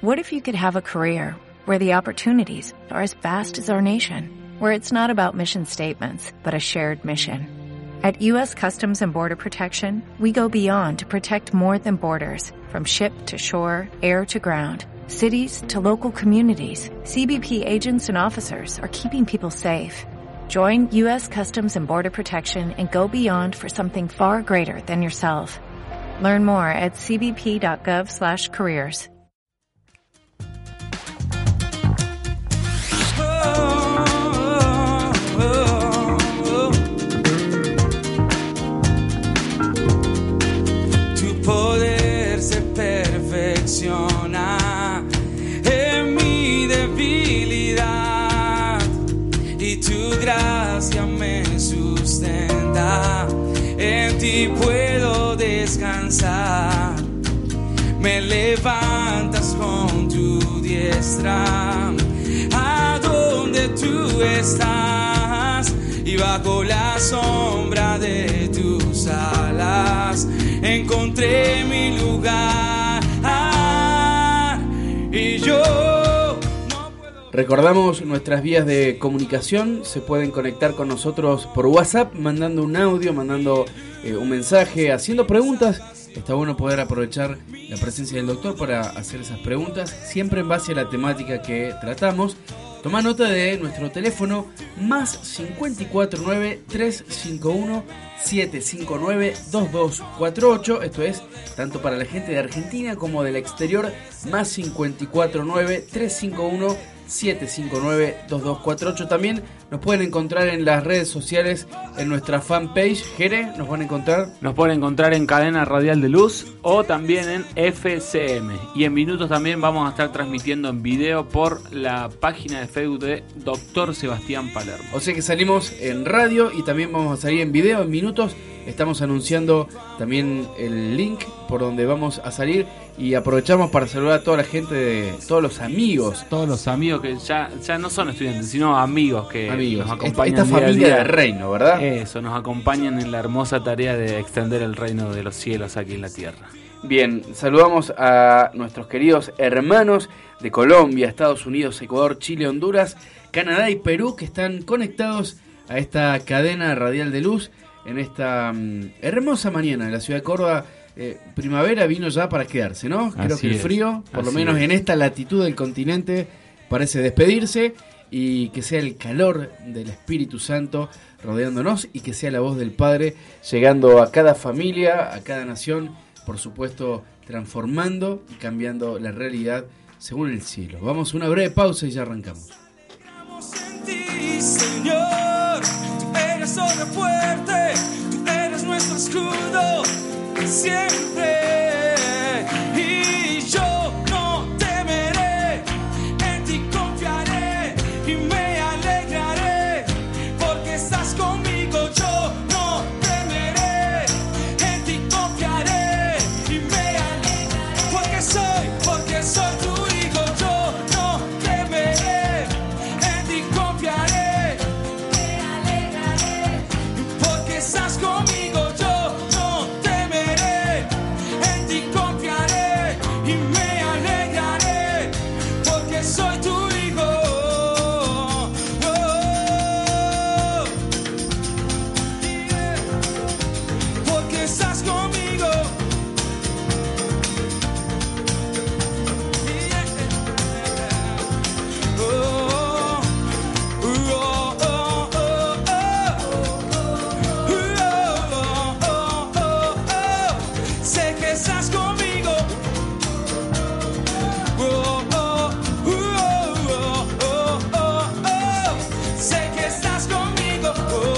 What if you could have a career where the opportunities are as vast as our nation, where it's not about mission statements, but a shared mission? At U.S. Customs and Border Protection, we go beyond to protect more than borders, from ship to shore, air to ground, cities to local communities. CBP agents and officers are keeping people safe. Join U.S. Customs and Border Protection and go beyond for something far greater than yourself. Learn more at cbp.gov/careers. Tu poder se perfecciona en mi debilidad y tu gracia me sustenta. En ti puedo descansar, me levantas con tu diestra, a donde tú estás y bajo la sombra de tus alas encontré mi lugar y yo. Recordamos nuestras vías de comunicación, se pueden conectar con nosotros por WhatsApp, mandando un audio, mandando un mensaje, haciendo preguntas. Está bueno poder aprovechar la presencia del doctor para hacer esas preguntas, siempre en base a la temática que tratamos. Toma nota de nuestro teléfono, más 549-351-759-2248. Esto es tanto para la gente de Argentina como del exterior, más 549-351-759-2248. También nos pueden encontrar en las redes sociales, en nuestra fanpage. Jere, ¿nos van a encontrar? Nos pueden encontrar en Cadena Radial de Luz o también en FCM. Y en minutos también vamos a estar transmitiendo en video por la página de Facebook de Dr. Sebastián Palermo. O sea que salimos en radio y también vamos a salir en video en minutos. Estamos anunciando también el link por donde vamos a salir y aprovechamos para saludar a toda la gente, de todos los amigos. Todos los amigos que ya no son estudiantes, sino amigos que nos acompañan. Esta familia del reino, ¿verdad? Eso, nos acompañan en la hermosa tarea de extender el reino de los cielos aquí en la tierra. Bien, saludamos a nuestros queridos hermanos de Colombia, Estados Unidos, Ecuador, Chile, Honduras, Canadá y Perú, que están conectados a esta cadena radial de luz en esta hermosa mañana en la ciudad de Córdoba. Primavera vino ya para quedarse, ¿no? Creo que el frío, por lo menos en esta latitud del continente, parece despedirse, y que sea el calor del Espíritu Santo rodeándonos y que sea la voz del Padre llegando a cada familia, a cada nación, por supuesto transformando y cambiando la realidad según el cielo. Vamos a una breve pausa y ya arrancamos. En ti, Señor, tú eres obra fuerte, tú eres nuestro escudo siempre, y yo no temeré, en ti confiaré y me alegraré, porque estás conmigo. Yo no temeré, en ti confiaré y me alegraré, porque soy tu hijo. Yo no temeré, en ti confiaré, me alegraré, porque estás conmigo. Yo no temeré, en ti confiaré y me alegraré, porque soy tu hijo. Porque estás conmigo. Sé que estás conmigo. Sé que estás conmigo.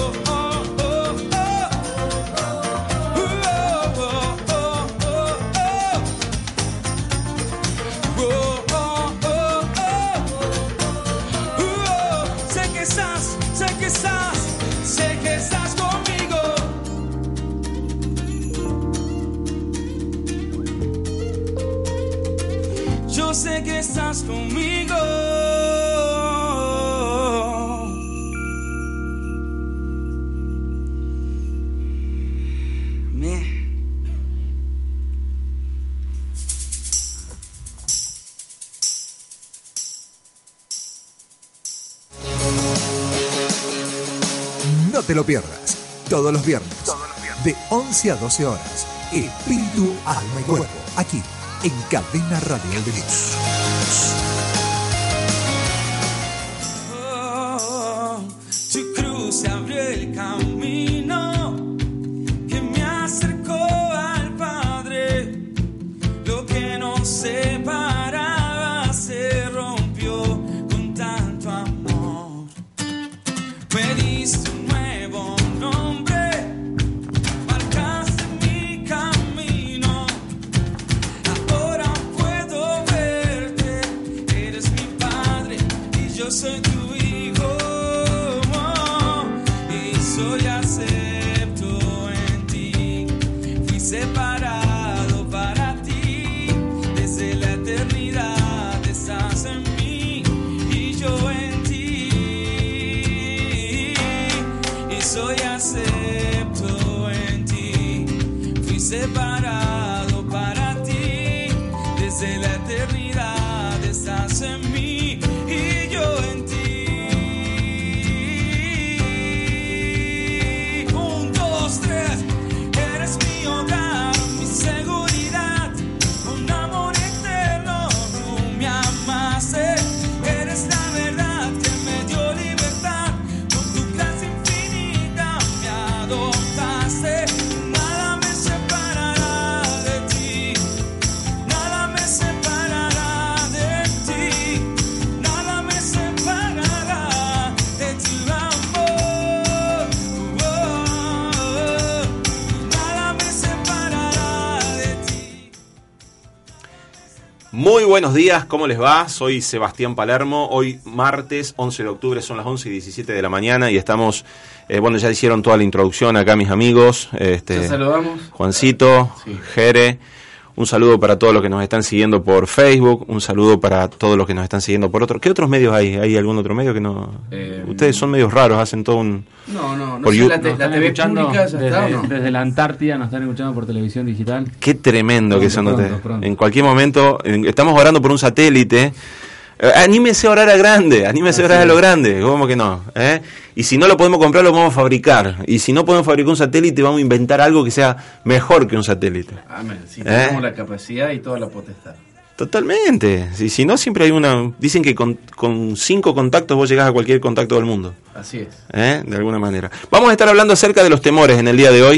Sé que estás, sé que estás, sé que estás conmigo. Yo sé que estás conmigo. te lo pierdas. Todos los viernes, de 11 a 12 horas. Espíritu, alma y cuerpo. Aquí, en Cadena Radial de Luz. Tu cruz se abrió el camino que me acercó al Padre. Lo que nos separaba se rompió con tanto amor. Me diste un nuevo nombre, marcaste mi camino. Ahora puedo verte, eres mi Padre y yo soy tu hijo. Soy acepto en ti, fui separado para ti, desde la eternidad estás en mí y yo en ti, y soy acepto en ti, fui separado para ti, desde la eternidad estás en mí y yo en ti. Eres mi hogar, mi seguridad, un amor eterno, tú me amaste. Eres la verdad que me dio libertad, con tu gracia infinita me adoptaste. Nada me separará de ti, nada me separará de ti, nada me separará de tu amor. Muy buenos días, ¿cómo les va? Soy Sebastián Palermo. Hoy martes 11 de octubre, son las 11:17 de la mañana y estamos, bueno, ya hicieron toda la introducción acá mis amigos. Te saludamos. Juancito, sí. Jere. Un saludo para todos los que nos están siguiendo por Facebook, un saludo para todos los que nos están siguiendo por otro. ¿Qué otros medios hay? ¿Hay algún otro medio que no? Ustedes son medios raros, hacen todo un... No sé, la TV pública ya está, ¿o no? Desde la Antártida nos están escuchando por televisión digital. Qué tremendo que son ustedes. Pronto. En cualquier momento, estamos orando por un satélite. Anímese a orar a grande, anímese a orar a lo grande, ¿cómo que no? Y si no lo podemos comprar, lo vamos a fabricar. Y si no podemos fabricar un satélite, vamos a inventar algo que sea mejor que un satélite. Amén. Si tenemos la capacidad y toda la potestad. Totalmente. Si no, siempre hay una... Dicen que con 5 contactos vos llegás a cualquier contacto del mundo. Así es. De alguna manera. Vamos a estar hablando acerca de los temores en el día de hoy.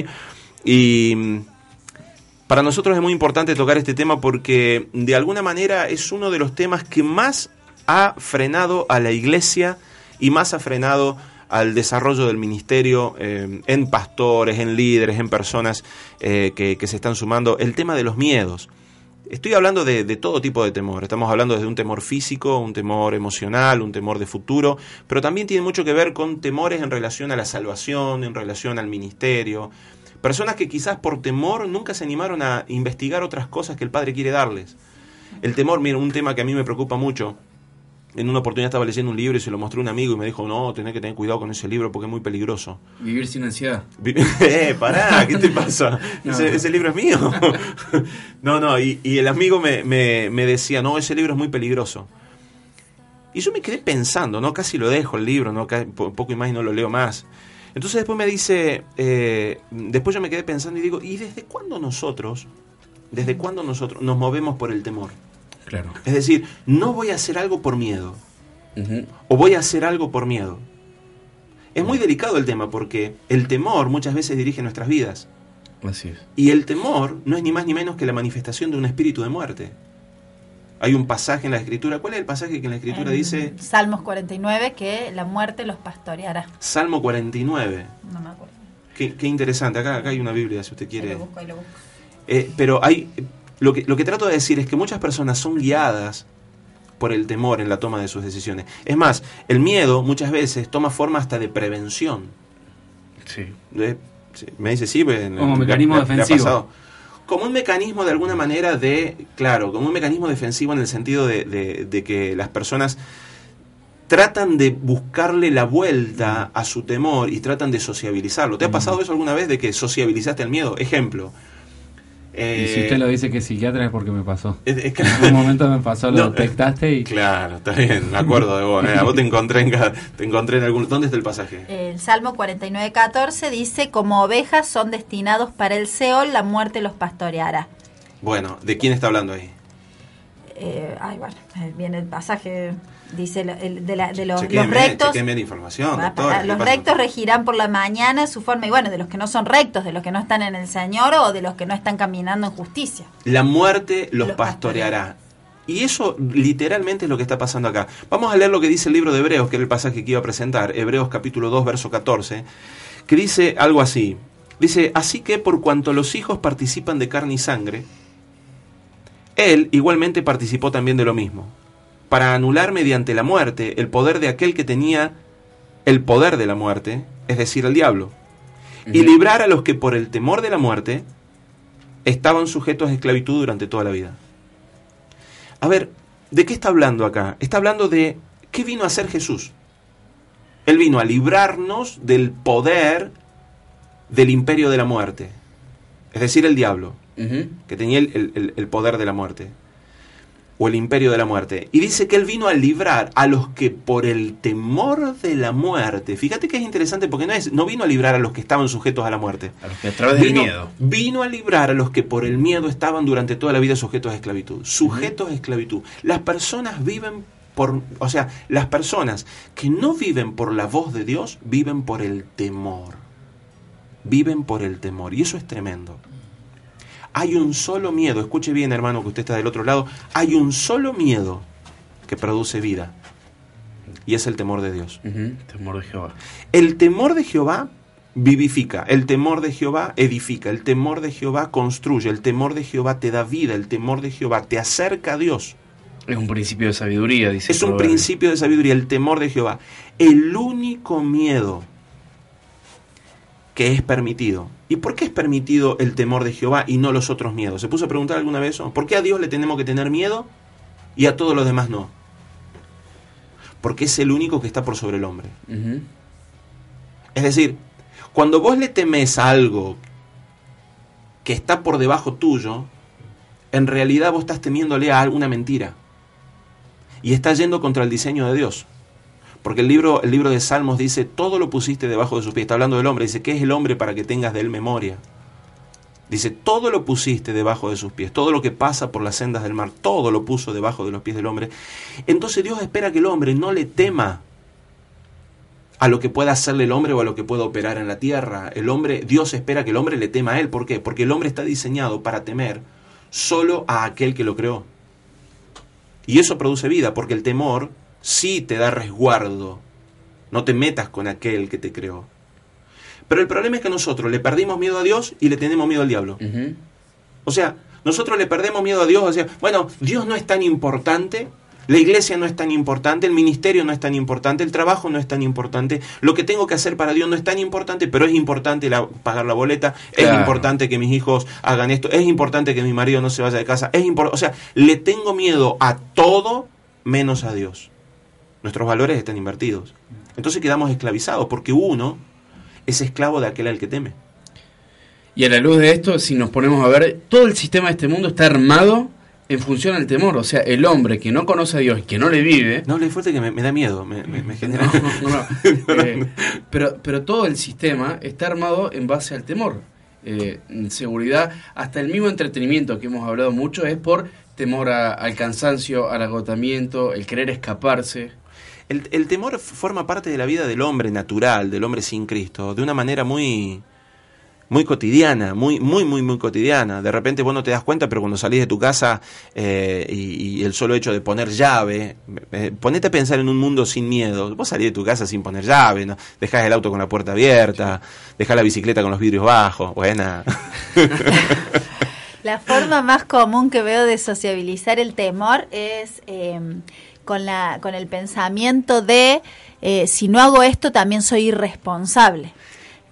Y... para nosotros es muy importante tocar este tema porque de alguna manera es uno de los temas que más ha frenado a la iglesia y más ha frenado al desarrollo del ministerio en pastores, en líderes, en personas que se están sumando. El tema de los miedos. Estoy hablando de todo tipo de temor. Estamos hablando desde un temor físico, un temor emocional, un temor de futuro, pero también tiene mucho que ver con temores en relación a la salvación, en relación al ministerio. Personas que quizás por temor nunca se animaron a investigar otras cosas que el Padre quiere darles. El temor, mira, un tema que a mí me preocupa mucho. En una oportunidad estaba leyendo un libro y se lo mostró un amigo y me dijo, no, tenés que tener cuidado con ese libro porque es muy peligroso. Vivir sin ansiedad. Pará, ¿qué te pasa? No. Ese libro es mío. No, y el amigo me decía, no, ese libro es muy peligroso. Y yo me quedé pensando, ¿no? Casi lo dejo el libro, ¿no? Poco y más y no lo leo más. Entonces después me dice, después yo me quedé pensando y digo, ¿y desde cuándo nosotros nos movemos por el temor? Claro. Es decir, no voy a hacer algo por miedo, o voy a hacer algo por miedo. Es muy delicado el tema porque el temor muchas veces dirige nuestras vidas. Así es. Y el temor no es ni más ni menos que la manifestación de un espíritu de muerte. Hay un pasaje en la Escritura. ¿Cuál es el pasaje que en la Escritura dice? Salmos 49, que la muerte los pastoreará. Salmo 49. No me acuerdo. Qué interesante. Acá hay una Biblia, si usted quiere. Ahí lo busco. Pero hay... Lo que trato de decir es que muchas personas son guiadas por el temor en la toma de sus decisiones. Es más, el miedo muchas veces toma forma hasta de prevención. Sí. Me dice sí, como mecanismo defensivo. Como un mecanismo de alguna manera como un mecanismo defensivo en el sentido de que las personas tratan de buscarle la vuelta a su temor y tratan de sociabilizarlo. ¿Te ha pasado eso alguna vez de que sociabilizaste el miedo? Ejemplo, Y si usted lo dice que es psiquiatra es porque me pasó. Es que, en un momento me pasó, lo detectaste y... Claro, está bien, me acuerdo de vos. A vos te encontré en algún... ¿Dónde está el pasaje? El Salmo 49:14 dice: como ovejas son destinados para el Seol, la muerte los pastoreará. Bueno, ¿de quién está hablando ahí? Viene el pasaje, dice de los Chequeme rectos. la información, doctora. Los rectos regirán por la mañana su forma, y bueno, de los que no son rectos, de los que no están en el Señor o de los que no están caminando en justicia. La muerte los pastoreará. Y eso literalmente es lo que está pasando acá. Vamos a leer lo que dice el libro de Hebreos, que era el pasaje que iba a presentar, Hebreos capítulo 2, verso 14, que dice algo así. Dice: así que por cuanto los hijos participan de carne y sangre, él igualmente participó también de lo mismo, para anular mediante la muerte el poder de aquel que tenía el poder de la muerte, es decir, el diablo, y librar a los que por el temor de la muerte estaban sujetos a esclavitud durante toda la vida. A ver, ¿de qué está hablando acá? Está hablando de ¿qué vino a hacer Jesús? Él vino a librarnos del poder del imperio de la muerte, es decir, el diablo, que tenía el poder de la muerte, o el imperio de la muerte. Y dice que él vino a librar a los que por el temor de la muerte, fíjate que es interesante porque no vino a librar a los que estaban sujetos a la muerte, a los que a través del miedo. Vino a librar a los que por el miedo estaban durante toda la vida sujetos a esclavitud. Sujetos a esclavitud. Las personas viven las personas que no viven por la voz de Dios, viven por el temor. Viven por el temor. Y eso es tremendo. Hay un solo miedo, escuche bien, hermano, que usted está del otro lado, hay un solo miedo que produce vida, y es el temor de Dios. Temor de Jehová. El temor de Jehová vivifica, el temor de Jehová edifica, el temor de Jehová construye, el temor de Jehová te da vida, el temor de Jehová te acerca a Dios. Es un principio de sabiduría, dice. Es un principio de sabiduría, el temor de Jehová. El único miedo que es permitido. ¿Y por qué es permitido el temor de Jehová y no los otros miedos? ¿Se puso a preguntar alguna vez eso? ¿Por qué a Dios le tenemos que tener miedo y a todos los demás no? Porque es el único que está por sobre el hombre. Es decir, cuando vos le temes a algo que está por debajo tuyo, en realidad vos estás temiéndole a alguna mentira y estás yendo contra el diseño de Dios. Porque el libro de Salmos dice: todo lo pusiste debajo de sus pies. Está hablando del hombre. Dice: ¿qué es el hombre para que tengas de él memoria? Dice: todo lo pusiste debajo de sus pies. Todo lo que pasa por las sendas del mar, todo lo puso debajo de los pies del hombre. Entonces Dios espera que el hombre no le tema a lo que pueda hacerle el hombre o a lo que pueda operar en la tierra. Dios espera que el hombre le tema a él. ¿Por qué? Porque el hombre está diseñado para temer solo a aquel que lo creó. Y eso produce vida, porque el temor sí te da resguardo. No te metas con aquel que te creó. Pero el problema es que nosotros le perdimos miedo a Dios y le tenemos miedo al diablo. O sea, nosotros le perdemos miedo a Dios. O sea, bueno, Dios no es tan importante, la iglesia no es tan importante, el ministerio no es tan importante, el trabajo no es tan importante, lo que tengo que hacer para Dios no es tan importante, pero es importante pagar la boleta, claro. Es importante que mis hijos hagan esto, es importante que mi marido no se vaya de casa, o sea, le tengo miedo a todo menos a Dios. Nuestros valores están invertidos. Entonces quedamos esclavizados porque uno es esclavo de aquel al que teme. Y a la luz de esto, si nos ponemos a ver, todo el sistema de este mundo está armado en función al temor. O sea, el hombre que no conoce a Dios y que no le vive... No le fuerte que me da miedo, me genera... Pero todo el sistema está armado en base al temor. Seguridad, hasta el mismo entretenimiento que hemos hablado mucho es por temor al cansancio, al agotamiento, el querer escaparse. El temor forma parte de la vida del hombre natural, del hombre sin Cristo, de una manera muy cotidiana, muy cotidiana. De repente vos no te das cuenta, pero cuando salís de tu casa y el solo hecho de poner llave, ponete a pensar en un mundo sin miedo. Vos salís de tu casa sin poner llave, ¿no? Dejás el auto con la puerta abierta, dejás la bicicleta con los vidrios bajos, buena. La forma más común que veo de sociabilizar el temor es con el pensamiento de si no hago esto también soy irresponsable.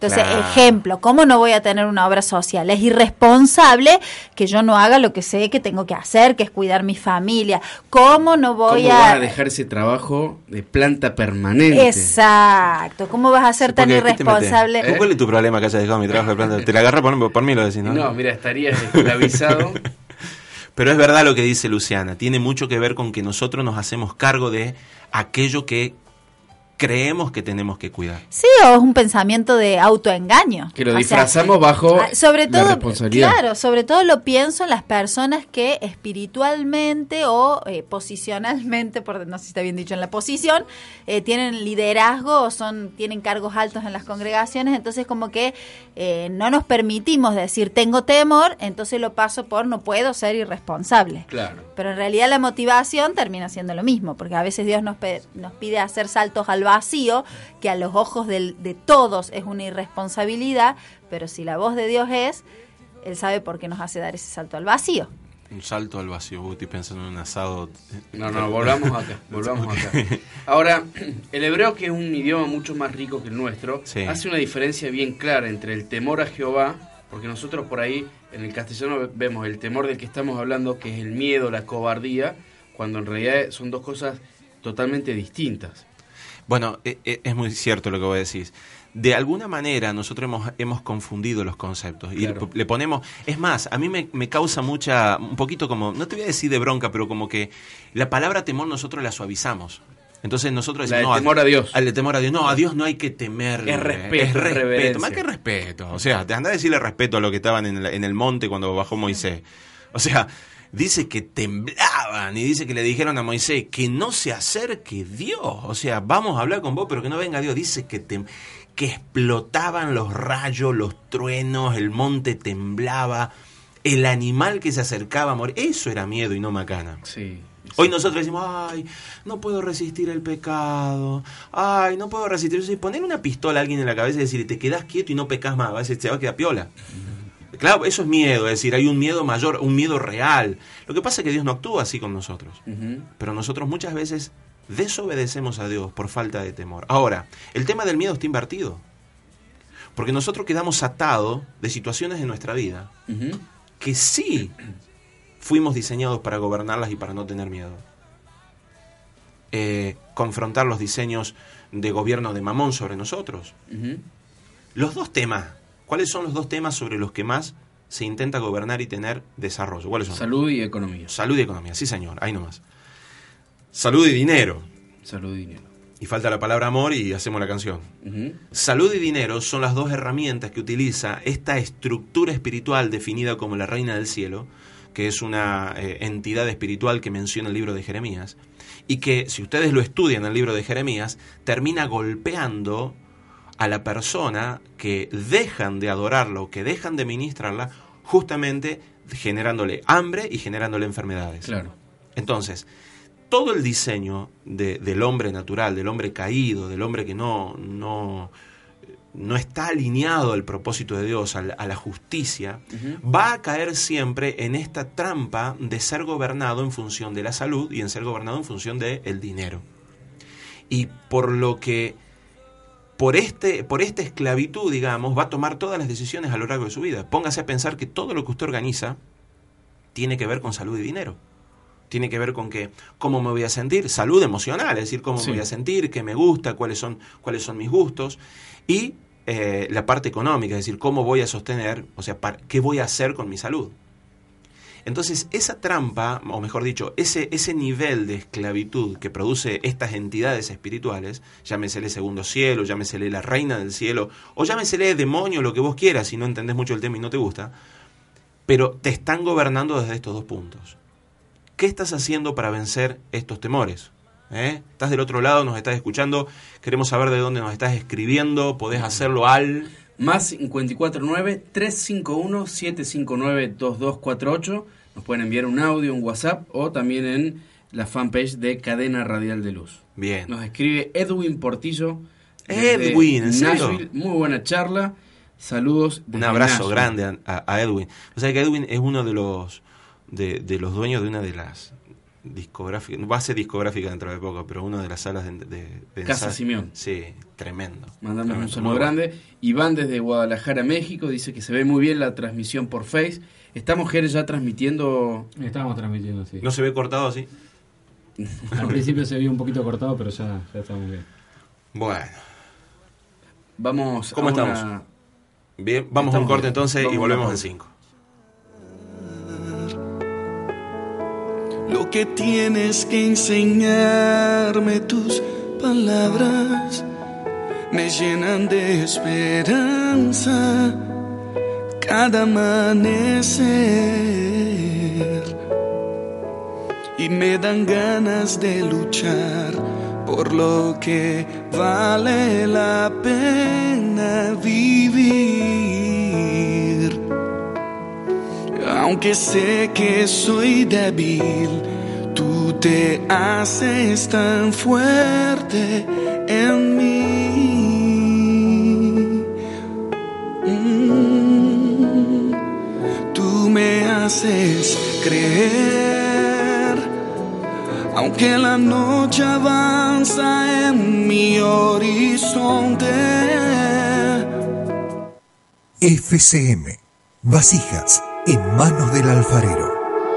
Entonces, Claro. ejemplo, ¿cómo no voy a tener una obra social? Es irresponsable que yo no haga lo que sé que tengo que hacer, que es cuidar mi familia. ¿Cómo no voy ¿Cómo vas a dejar ese trabajo de planta permanente? Exacto. ¿Cómo vas a ser tan Porque, ¿qué te irresponsable? metes? ¿Cuál es tu problema que hayas dejado mi trabajo de planta? Te la agarré por mí, lo decís, ¿no? No, mira, estarías esclavizado. Pero es verdad lo que dice Luciana, tiene mucho que ver con que nosotros nos hacemos cargo de aquello que creemos que tenemos que cuidar. Sí, o es un pensamiento de autoengaño. Que lo O sea, disfrazamos bajo sobre la todo, responsabilidad. claro, sobre todo lo pienso en las personas que espiritualmente o posicionalmente, por no sé si está bien dicho en la posición, tienen liderazgo o tienen cargos altos en las congregaciones, entonces como que no nos permitimos decir tengo temor, entonces lo paso por no puedo ser irresponsable. Claro. Pero en realidad la motivación termina siendo lo mismo, porque a veces Dios nos pide hacer saltos al vacío, que a los ojos de todos es una irresponsabilidad, pero si la voz de Dios es, Él sabe por qué nos hace dar ese salto al vacío. Un salto al vacío, estoy pensando en un asado. No, volvamos acá. Ahora, el hebreo, que es un idioma mucho más rico que el nuestro, Sí. hace una diferencia bien clara entre el temor a Jehová, porque nosotros por ahí en el castellano vemos el temor del que estamos hablando, que es el miedo, la cobardía, cuando en realidad son dos cosas totalmente distintas. Bueno, es muy cierto lo que vos decís. De alguna manera nosotros hemos confundido los conceptos y Claro. le ponemos... Es más, a mí me causa un poquito como, no te voy a decir de bronca, pero como que la palabra temor nosotros la suavizamos. Entonces nosotros La decimos... de temor a Dios. Al de temor a Dios. No, a Dios no hay que temerle. Es respeto, Es respeto. reverencia. Más que respeto. O sea, te andá a decirle respeto a lo que estaban en el monte cuando bajó Moisés. O sea... Dice que temblaban y dice que le dijeron a Moisés que no se acerque Dios. O sea, vamos a hablar con vos, pero que no venga Dios. Dice que explotaban los rayos, los truenos, el monte temblaba, el animal que se acercaba a morir. Eso era miedo y no macana. Sí. Hoy nosotros decimos, ay, no puedo resistir el pecado, ay, no puedo resistir eso. Y ponerle una pistola a alguien en la cabeza y decirle, te quedás quieto y no pecas más, a veces te va a quedar piola. Claro, eso es miedo, es decir, hay un miedo mayor, un miedo real. Lo que pasa es que Dios no actúa así con nosotros. Pero nosotros muchas veces desobedecemos a Dios por falta de temor. Ahora, el tema del miedo está invertido. Porque nosotros quedamos atados de situaciones de nuestra vida que sí fuimos diseñados para gobernarlas y para no tener miedo. Confrontar los diseños de gobierno de Mamón sobre nosotros. Los dos temas. ¿Cuáles son los dos temas sobre los que más se intenta gobernar y tener desarrollo? ¿Cuáles son? Salud y economía. Salud y economía, sí señor, ahí nomás. Salud y dinero. Salud y dinero. Y falta la palabra amor y hacemos la canción. Salud y dinero son las dos herramientas que utiliza esta estructura espiritual definida como la Reina del Cielo, que es una entidad espiritual que menciona el libro de Jeremías, y que, si ustedes lo estudian en el libro de Jeremías, termina golpeando a la persona que dejan de adorarlo, que dejan de ministrarla, justamente generándole hambre y generándole enfermedades. Claro. Entonces, todo el diseño del hombre natural, del hombre caído, del hombre que no está alineado al propósito de Dios, a la justicia, va a caer siempre en esta trampa de ser gobernado en función de la salud y en ser gobernado en función del dinero. Y por lo que por esta esclavitud, digamos, va a tomar todas las decisiones a lo largo de su vida. Póngase a pensar que todo lo que usted organiza tiene que ver con salud y dinero. Tiene que ver con cómo me voy a sentir, salud emocional, es decir, cómo me voy a sentir, qué me gusta, cuáles son mis gustos, y la parte económica, es decir, cómo voy a sostener, o sea, qué voy a hacer con mi salud. Entonces, esa trampa, o mejor dicho, ese nivel de esclavitud que produce estas entidades espirituales, llámesele segundo cielo, llámesele la reina del cielo, o llámesele demonio, lo que vos quieras, si no entendés mucho el tema y no te gusta, pero te están gobernando desde estos dos puntos. ¿Qué estás haciendo para vencer estos temores? Estás del otro lado, nos estás escuchando, queremos saber de dónde nos estás escribiendo, podés hacerlo al... Más 549-351-759-2248. Nos pueden enviar un audio, un WhatsApp o también en la fanpage de Cadena Radial de Luz. Bien. Nos escribe Edwin Portillo. Edwin, ¿en serio? Nashville. Muy buena charla. Saludos. Un abrazo Nashville. grande a Edwin. O sea que Edwin es uno de los dueños de una de discográfica, base discográfica dentro de poco, pero una de las salas de Casa ensayo. Simeón. Sí, tremendo. Mandamos Tremendo, un saludo muy bueno. grande. Iván desde Guadalajara, México, dice que se ve muy bien la transmisión por Face. ¿Estamos, Jerez, ya transmitiendo? Estábamos transmitiendo, sí. ¿No se ve cortado así? Al principio se vio un poquito cortado, pero ya estamos bien. Bueno, Vamos ¿cómo a estamos? Bien, vamos a un Estamos corte bien. entonces y Vamos a volvemos una en pausa. 5. Lo que tienes que enseñarme, tus palabras me llenan de esperanza cada amanecer y me dan ganas de luchar por lo que vale la pena vivir. Aunque sé que soy débil, tú te haces tan fuerte en mí. Tú me haces creer, aunque la noche avanza en mi horizonte. FCM. Vasijas en manos del alfarero.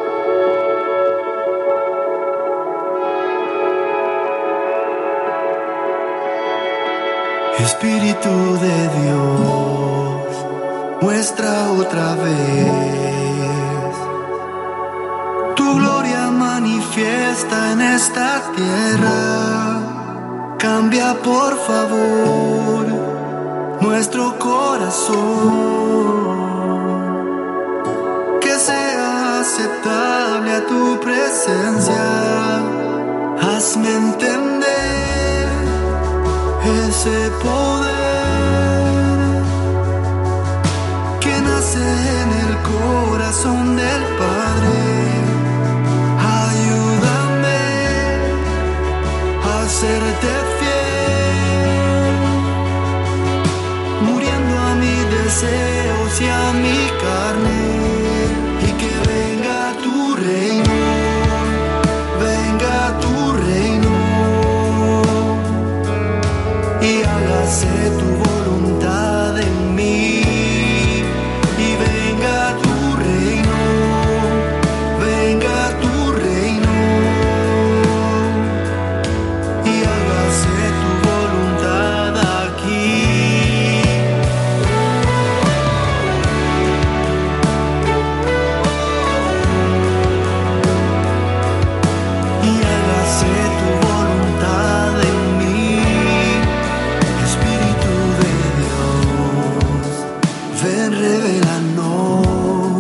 Espíritu de Dios, muestra otra vez tu gloria manifiesta en esta tierra. Cambia por favor nuestro corazón, que sea aceptable a tu presencia. Hazme entender ese poder que nace en el corazón del Padre. Ayúdame a serte fiel, muriendo a mis deseos y a mi carne, y que venga tu reino, venga tu reino, y hágase tu voluntad en mí, y venga tu reino, venga tu reino, y hágase tu voluntad aquí. Y hágase tu voluntad en mí. Espíritu de Dios, ven, revélanos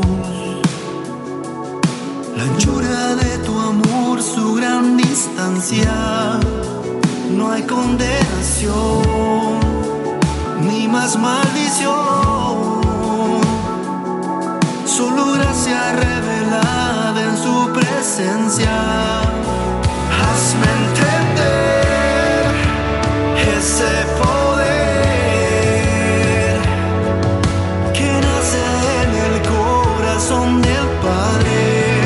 la anchura de tu amor, su gran distancia. No hay condenación, ni más maldición, solo gracia revelada en su presencia. Hazme entender ese poder que nace en el corazón del Padre.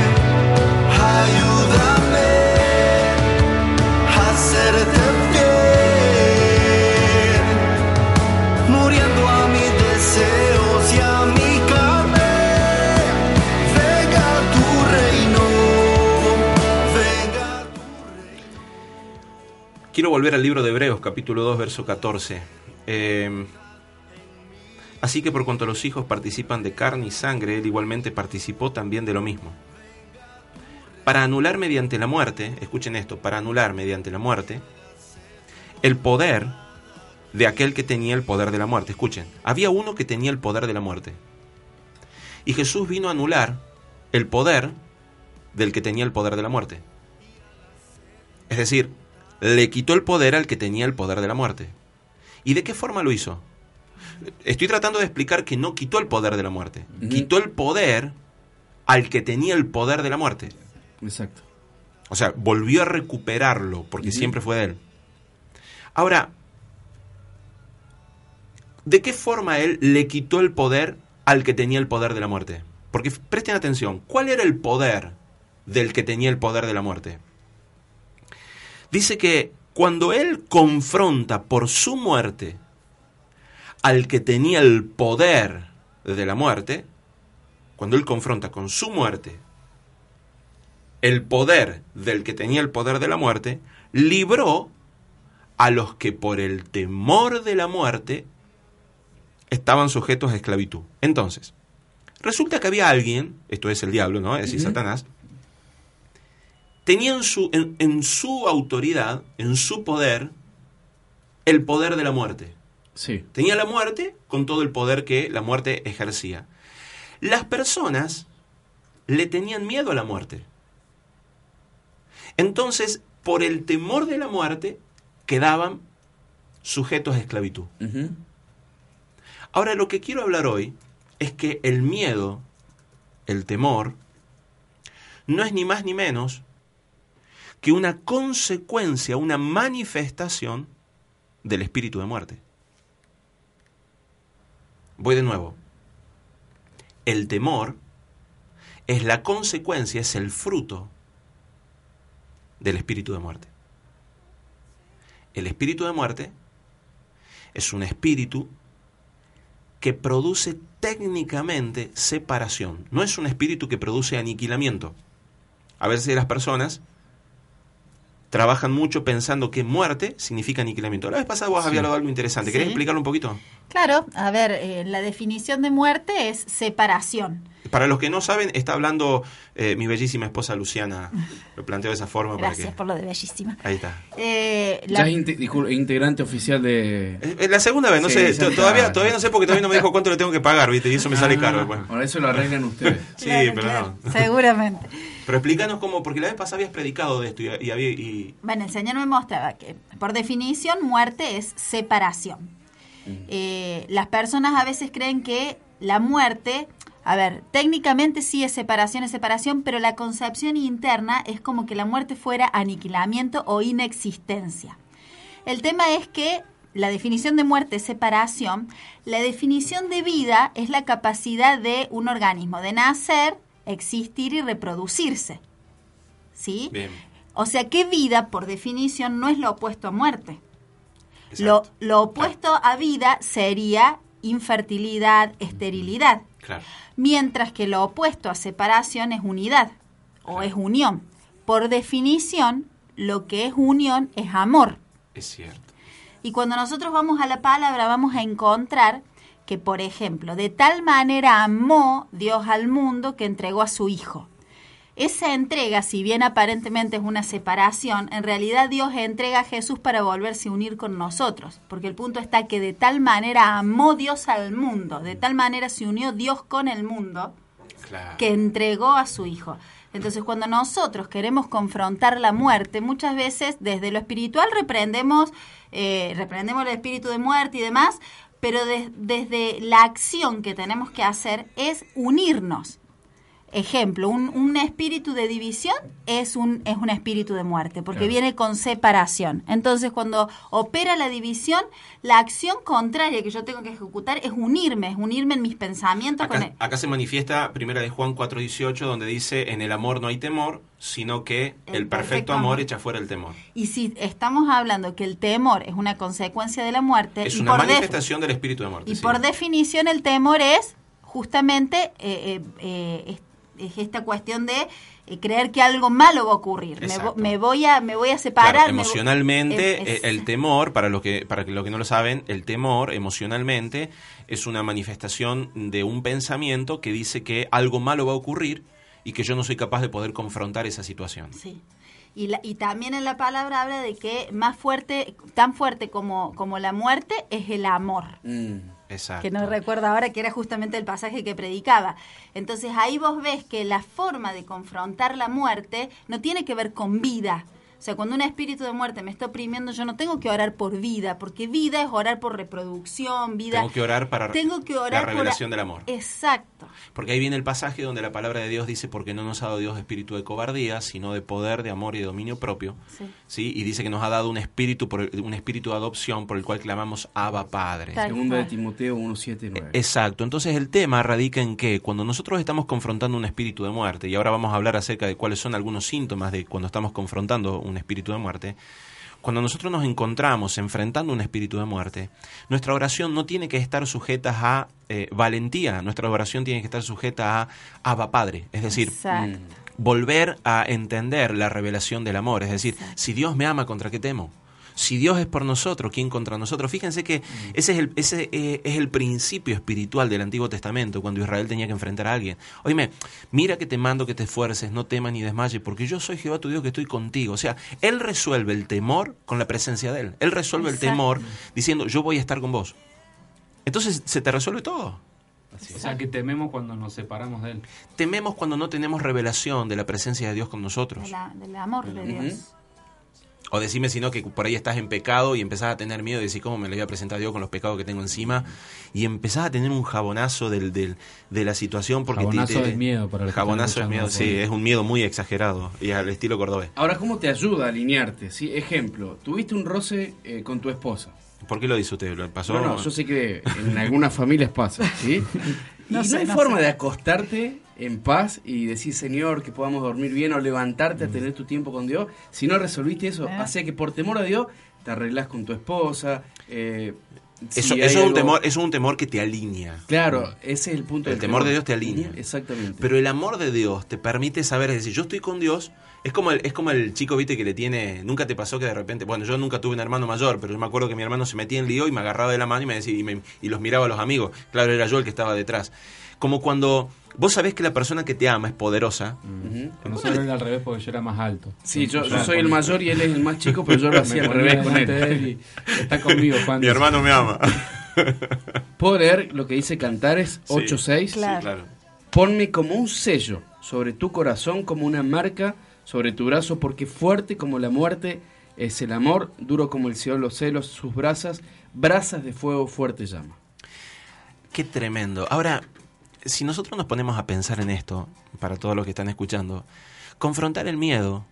Ayúdame a serte fiel, muriendo a mis deseos y a mi carne. Venga tu reino, venga tu reino. Quiero volver al libro de Hebreos, capítulo 2, verso 14. Así que por cuanto los hijos participan de carne y sangre, él igualmente participó también de lo mismo. Para anular mediante la muerte, escuchen esto, para anular mediante la muerte, el poder de aquel que tenía el poder de la muerte. Escuchen, había uno que tenía el poder de la muerte. Y Jesús vino a anular el poder del que tenía el poder de la muerte. Es decir, le quitó el poder al que tenía el poder de la muerte. ¿Y de qué forma lo hizo? Estoy tratando de explicar que no quitó el poder de la muerte. Quitó el poder al que tenía el poder de la muerte. Exacto. O sea, volvió a recuperarlo, porque siempre fue de él. Ahora, ¿de qué forma él le quitó el poder al que tenía el poder de la muerte? Porque presten atención, ¿cuál era el poder del que tenía el poder de la muerte. Dice que cuando él confronta por su muerte al que tenía el poder de la muerte, cuando él confronta con su muerte el poder del que tenía el poder de la muerte, libró a los que por el temor de la muerte estaban sujetos a esclavitud. Entonces, resulta que había alguien, esto es el diablo, ¿no? Es decir, Satanás, tenía en su autoridad, en su poder, el poder de la muerte. Sí. Tenía la muerte con todo el poder que la muerte ejercía. Las personas le tenían miedo a la muerte. Entonces, por el temor de la muerte, quedaban sujetos a esclavitud. Ahora, lo que quiero hablar hoy es que el miedo, el temor, no es ni más ni menos que una consecuencia, una manifestación del espíritu de muerte. Voy de nuevo. El temor es la consecuencia, es el fruto del espíritu de muerte. El espíritu de muerte es un espíritu que produce técnicamente separación. No es un espíritu que produce aniquilamiento. A veces las personas trabajan mucho pensando que muerte significa aniquilamiento. La vez pasada vos habías hablado de algo interesante. ¿Querés explicarlo un poquito? Claro, a ver, la definición de muerte es separación. Para los que no saben, está hablando mi bellísima esposa Luciana. Lo planteo de esa forma. Gracias para que... por lo de bellísima. Ahí está. Ya es integrante oficial de... Es la segunda vez, no sé, todavía no sé porque todavía no me dijo cuánto le tengo que pagar, ¿viste? Y eso me sale caro. Bueno. Ahora eso lo arreglan ustedes. Sí, claro, pero claro, no. Seguramente. Pero explícanos cómo, porque la vez pasada habías predicado de esto y... Bueno, el Señor me mostraba que, por definición, muerte es separación. Las personas a veces creen que la muerte, a ver, técnicamente sí es separación, pero la concepción interna es como que la muerte fuera aniquilamiento o inexistencia. El tema es que la definición de muerte es separación, la definición de vida es la capacidad de un organismo de nacer, existir y reproducirse. ¿Sí? Bien. O sea que vida, por definición, no es lo opuesto a muerte. Exacto. Lo opuesto a vida sería infertilidad, esterilidad. Claro. Mientras que lo opuesto a separación es unidad o es unión. Por definición, lo que es unión es amor. Es cierto. Y cuando nosotros vamos a la palabra, vamos a encontrar que, por ejemplo, de tal manera amó Dios al mundo que entregó a su Hijo. Esa entrega, si bien aparentemente es una separación, en realidad Dios entrega a Jesús para volverse a unir con nosotros. Porque el punto está que de tal manera amó Dios al mundo, de tal manera se unió Dios con el mundo, Claro. que entregó a su Hijo. Entonces, cuando nosotros queremos confrontar la muerte, muchas veces desde lo espiritual reprendemos el espíritu de muerte y demás, pero desde la acción que tenemos que hacer es unirnos. Ejemplo, un espíritu de división es un espíritu de muerte, porque viene con separación. Entonces, cuando opera la división, la acción contraria que yo tengo que ejecutar es unirme en mis pensamientos. Acá se manifiesta 1 de Juan 4:18, donde dice, en el amor no hay temor, sino que el perfecto amor echa fuera el temor. Y si estamos hablando que el temor es una consecuencia de la muerte... Es una manifestación del espíritu de muerte. Y sí. por definición el temor es justamente... es esta cuestión de creer que algo malo va a ocurrir. Me voy a separar. Claro, emocionalmente, el temor, para los que no lo saben, el temor emocionalmente es una manifestación de un pensamiento que dice que algo malo va a ocurrir y que yo no soy capaz de poder confrontar esa situación. Sí. Y también en la palabra habla de que más fuerte, tan fuerte como la muerte, es el amor. Exacto. Que no recuerdo ahora, que era justamente el pasaje que predicaba. Entonces ahí vos ves que la forma de confrontar la muerte no tiene que ver con vida, O sea, cuando un espíritu de muerte me está oprimiendo, yo no tengo que orar por vida, porque vida es orar por reproducción, vida... Tengo que orar para la revelación del amor. Exacto. Porque ahí viene el pasaje donde la palabra de Dios dice, porque no nos ha dado Dios espíritu de cobardía, sino de poder, de amor y de dominio propio. ¿Sí? Y dice que nos ha dado un espíritu de adopción por el cual clamamos Abba Padre. Segunda de Timoteo 1:7-9. Exacto. Entonces el tema radica en que cuando nosotros estamos confrontando un espíritu de muerte, y ahora vamos a hablar acerca de cuáles son algunos síntomas de cuando estamos confrontando un espíritu de muerte, cuando nosotros nos encontramos enfrentando un espíritu de muerte, nuestra oración no tiene que estar sujeta a valentía, nuestra oración tiene que estar sujeta a Abba Padre, es decir, volver a entender la revelación del amor, es decir, si Dios me ama, ¿contra qué temo? Si Dios es por nosotros, ¿quién contra nosotros? Fíjense que ese es el principio espiritual del Antiguo Testamento, cuando Israel tenía que enfrentar a alguien. Óyeme, mira que te mando que te esfuerces, no temas ni desmayes, porque yo soy Jehová tu Dios que estoy contigo. O sea, Él resuelve el temor con la presencia de Él. Él resuelve el temor diciendo, yo voy a estar con vos. Entonces se te resuelve todo. O sea, que tememos cuando nos separamos de Él. Tememos cuando no tenemos revelación de la presencia de Dios con nosotros. Del amor de Dios. O decime si no que por ahí estás en pecado y empezás a tener miedo y decís cómo me le voy a presentar a Dios con los pecados que tengo encima, y empezás a tener un jabonazo de la situación porque jabonazo es miedo para el jabonazo es miedo, sí, es un miedo muy exagerado y al estilo cordobés. Ahora, ¿cómo te ayuda a alinearte? ¿Sí? Ejemplo, tuviste un roce con tu esposa. ¿Por qué lo dice usted? ¿Lo pasó? No, yo sé que en algunas familias pasa, ¿sí? No hay forma de acostarte en paz y decir, Señor, que podamos dormir bien, o levantarte a tener tu tiempo con Dios. Si no resolviste eso, hace que por temor a Dios te arreglás con tu esposa. Eso es un temor que te alinea. Claro, ese es el punto. El temor de Dios te alinea. Exactamente. Pero el amor de Dios te permite saber, es decir, yo estoy con Dios. Es como el chico, viste, que le tiene... Nunca te pasó que de repente... Bueno, yo nunca tuve un hermano mayor, pero yo me acuerdo que mi hermano se metía en lío y me agarraba de la mano y me decía y los miraba a los amigos. Claro, era yo el que estaba detrás. Como cuando vos sabés que la persona que te ama es poderosa. Con nosotros era al revés porque yo era más alto. Sí, yo soy el mayor y él es el más chico, pero yo lo hacía al revés con él. Está conmigo, Juan. Mi hermano me ama. ¿Puedo leer lo que dice Cantares 8:6? Claro. Sí, claro. Ponme como un sello sobre tu corazón, como una marca sobre tu brazo, porque fuerte como la muerte es el amor, duro como el cielo los celos, sus brasas de fuego fuerte llama. Qué tremendo. Ahora, si nosotros nos ponemos a pensar en esto, para todos los que están escuchando, confrontar el miedo,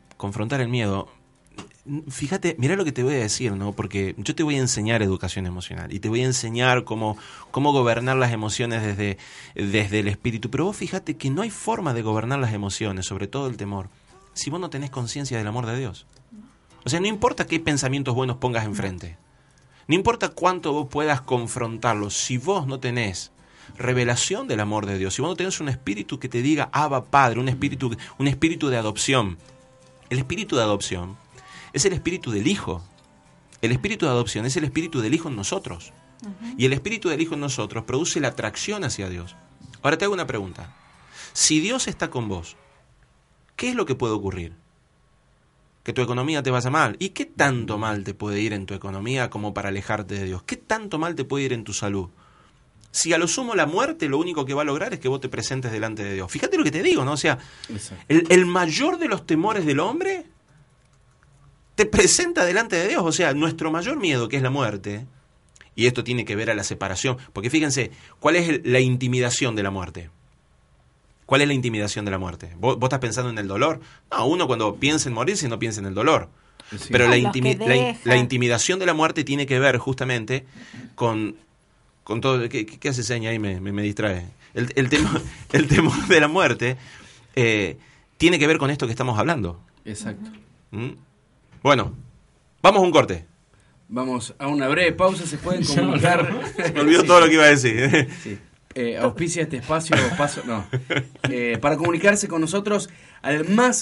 fíjate, mira lo que te voy a decir, ¿no? Porque yo te voy a enseñar educación emocional y te voy a enseñar cómo gobernar las emociones desde el espíritu, pero vos fíjate que no hay forma de gobernar las emociones, sobre todo el temor, si vos no tenés conciencia del amor de Dios. O sea, no importa qué pensamientos buenos pongas enfrente, no importa cuánto vos puedas confrontarlos, si vos no tenés revelación del amor de Dios, si vos no tenés un espíritu que te diga Abba Padre, un espíritu de adopción. El espíritu de adopción es el espíritu del Hijo. El espíritu de adopción es el espíritu del Hijo en nosotros. Y el espíritu del Hijo en nosotros produce la atracción hacia Dios. Ahora te hago una pregunta. Si Dios está con vos, ¿qué es lo que puede ocurrir? Que tu economía te vaya mal. ¿Y qué tanto mal te puede ir en tu economía como para alejarte de Dios? ¿Qué tanto mal te puede ir en tu salud? Si a lo sumo la muerte lo único que va a lograr es que vos te presentes delante de Dios. Fíjate lo que te digo, ¿no? O sea, el mayor de los temores del hombre te presenta delante de Dios. O sea, nuestro mayor miedo, que es la muerte, y esto tiene que ver a la separación, porque fíjense, ¿cuál es la intimidación de la muerte? ¿Cuál es la intimidación de la muerte? ¿Vos estás pensando en el dolor? No, uno cuando piensa en morirse no piensa en el dolor. Sí. Pero la intimidación de la muerte tiene que ver justamente con todo. ¿Qué hace seña ahí? Me distrae. El temor de la muerte tiene que ver con esto que estamos hablando. Exacto. Bueno, vamos a un corte. Vamos a una breve pausa. Se pueden comunicar. Me olvidó todo lo que iba a decir. Sí. Auspicia este espacio. Para comunicarse con nosotros al más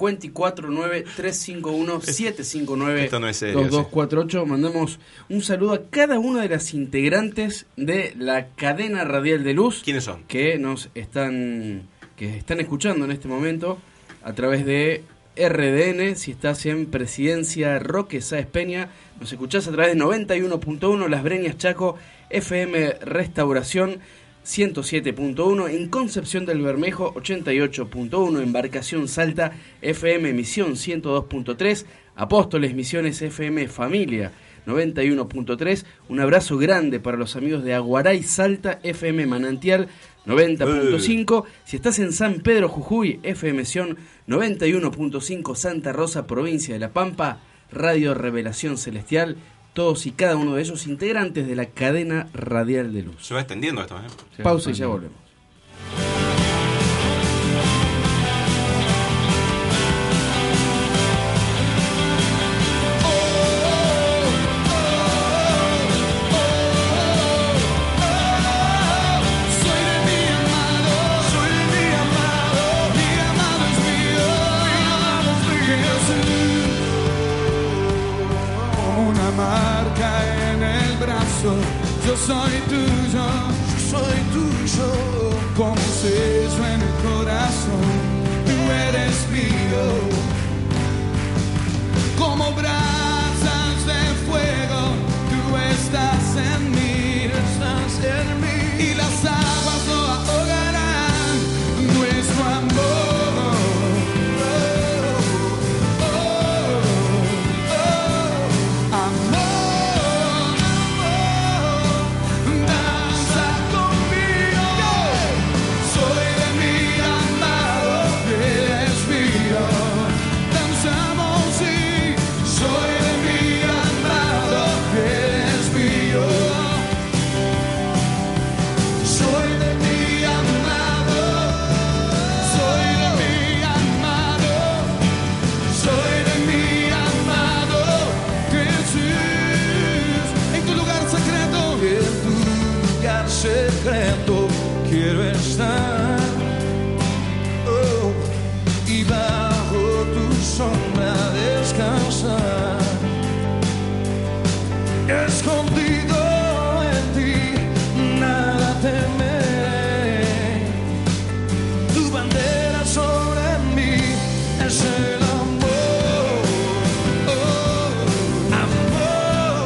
549-351-759-2248. Mandamos un saludo a cada una de las integrantes de la cadena radial de luz. ¿Quiénes son? Que están escuchando en este momento a través de RDN. Si estás en Presidencia Roque Sáez Peña, nos escuchás a través de 91.1 Las Breñas Chaco, FM Restauración 107.1, en Concepción del Bermejo 88.1, Embarcación Salta, FM Emisión 102.3, Apóstoles, Misiones FM, Familia 91.3. Un abrazo grande para los amigos de Aguaray, Salta, FM Manantial 90.5. Si estás en San Pedro, Jujuy, FM Sion 91.5. Santa Rosa, provincia de La Pampa, Radio Revelación Celestial. Todos y cada uno de ellos integrantes de la cadena radial de luz. Se va extendiendo esto, ¿eh? Pausa y ya volvemos. Yo soy tuyo, como un sello en el corazón, tú eres mío, como brasas de fuego, tú estás en mí, y las aguas no ahogarán nuestro amor. Secreto quiero estar, y bajo tu sombra descansar, escondido en ti, nada temeré, tu bandera sobre mí es el amor, amor,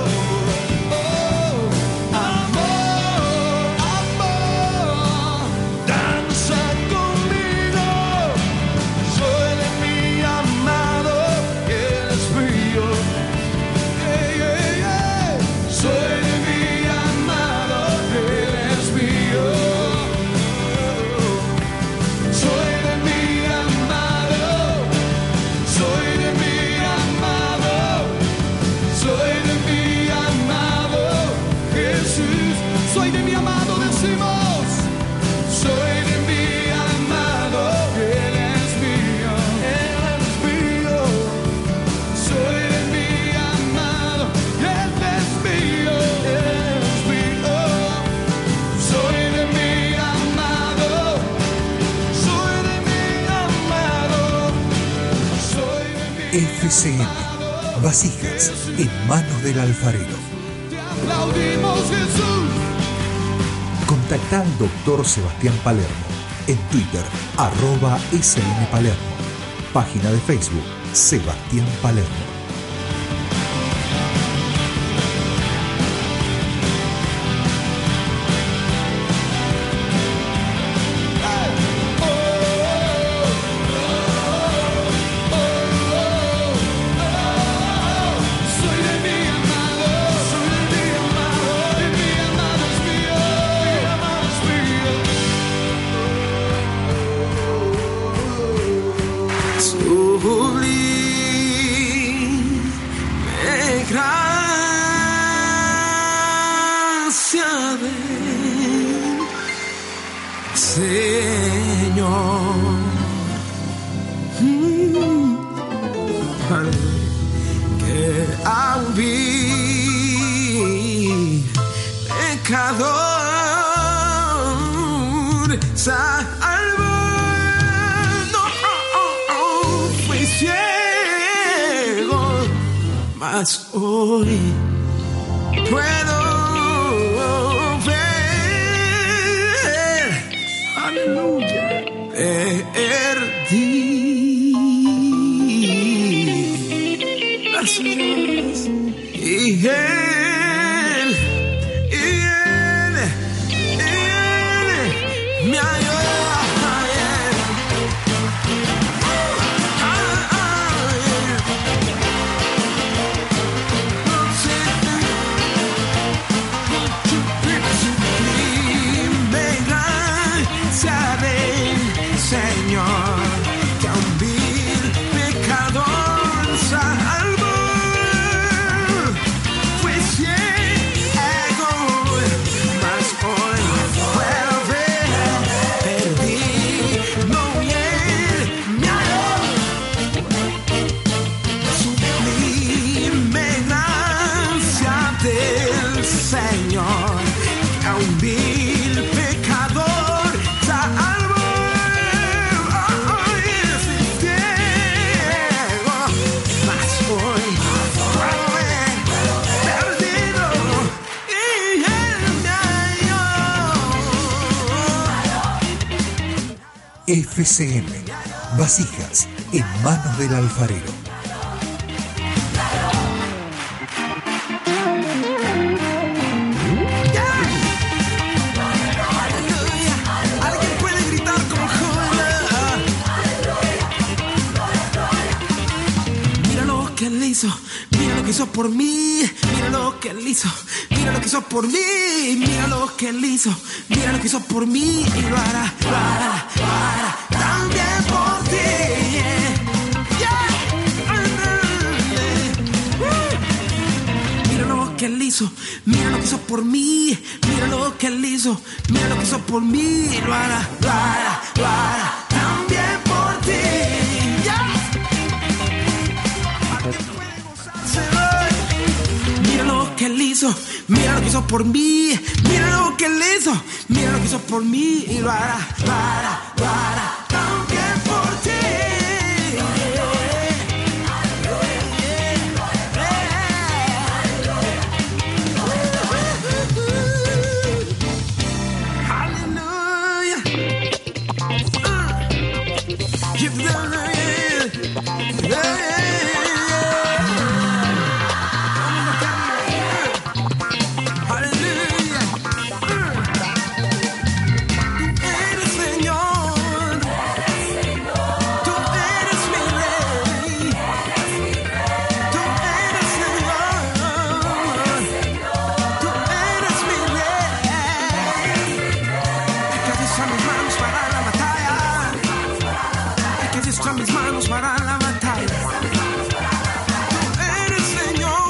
FCM, vasijas en manos del alfarero. Contacta al Dr. Sebastián Palermo en Twitter, @SMPalermo. Página de Facebook, Sebastián Palermo. Hoy puedo ver, aleluya, perdí las horas y él me ayuda. FCM. Vasijas en manos del alfarero. Alguien puede gritar como joven. Mira lo que él hizo, mira lo que hizo por mí. Mira lo que él hizo, mira lo que hizo por mí. Mira lo que él hizo, mira lo que hizo por mí. Y lo hará también por ti. Mira lo que él hizo, mira lo que hizo por mí. Mira lo que él hizo, mira lo que hizo por mí. Y lo hará también por ti. Mira lo que él hizo, mira lo que hizo por mí. Mira lo que él hizo, mira lo que hizo por mí. Y lo hará también por ti. Hallelujah. Give them mis manos para la batalla. Tú eres Señor,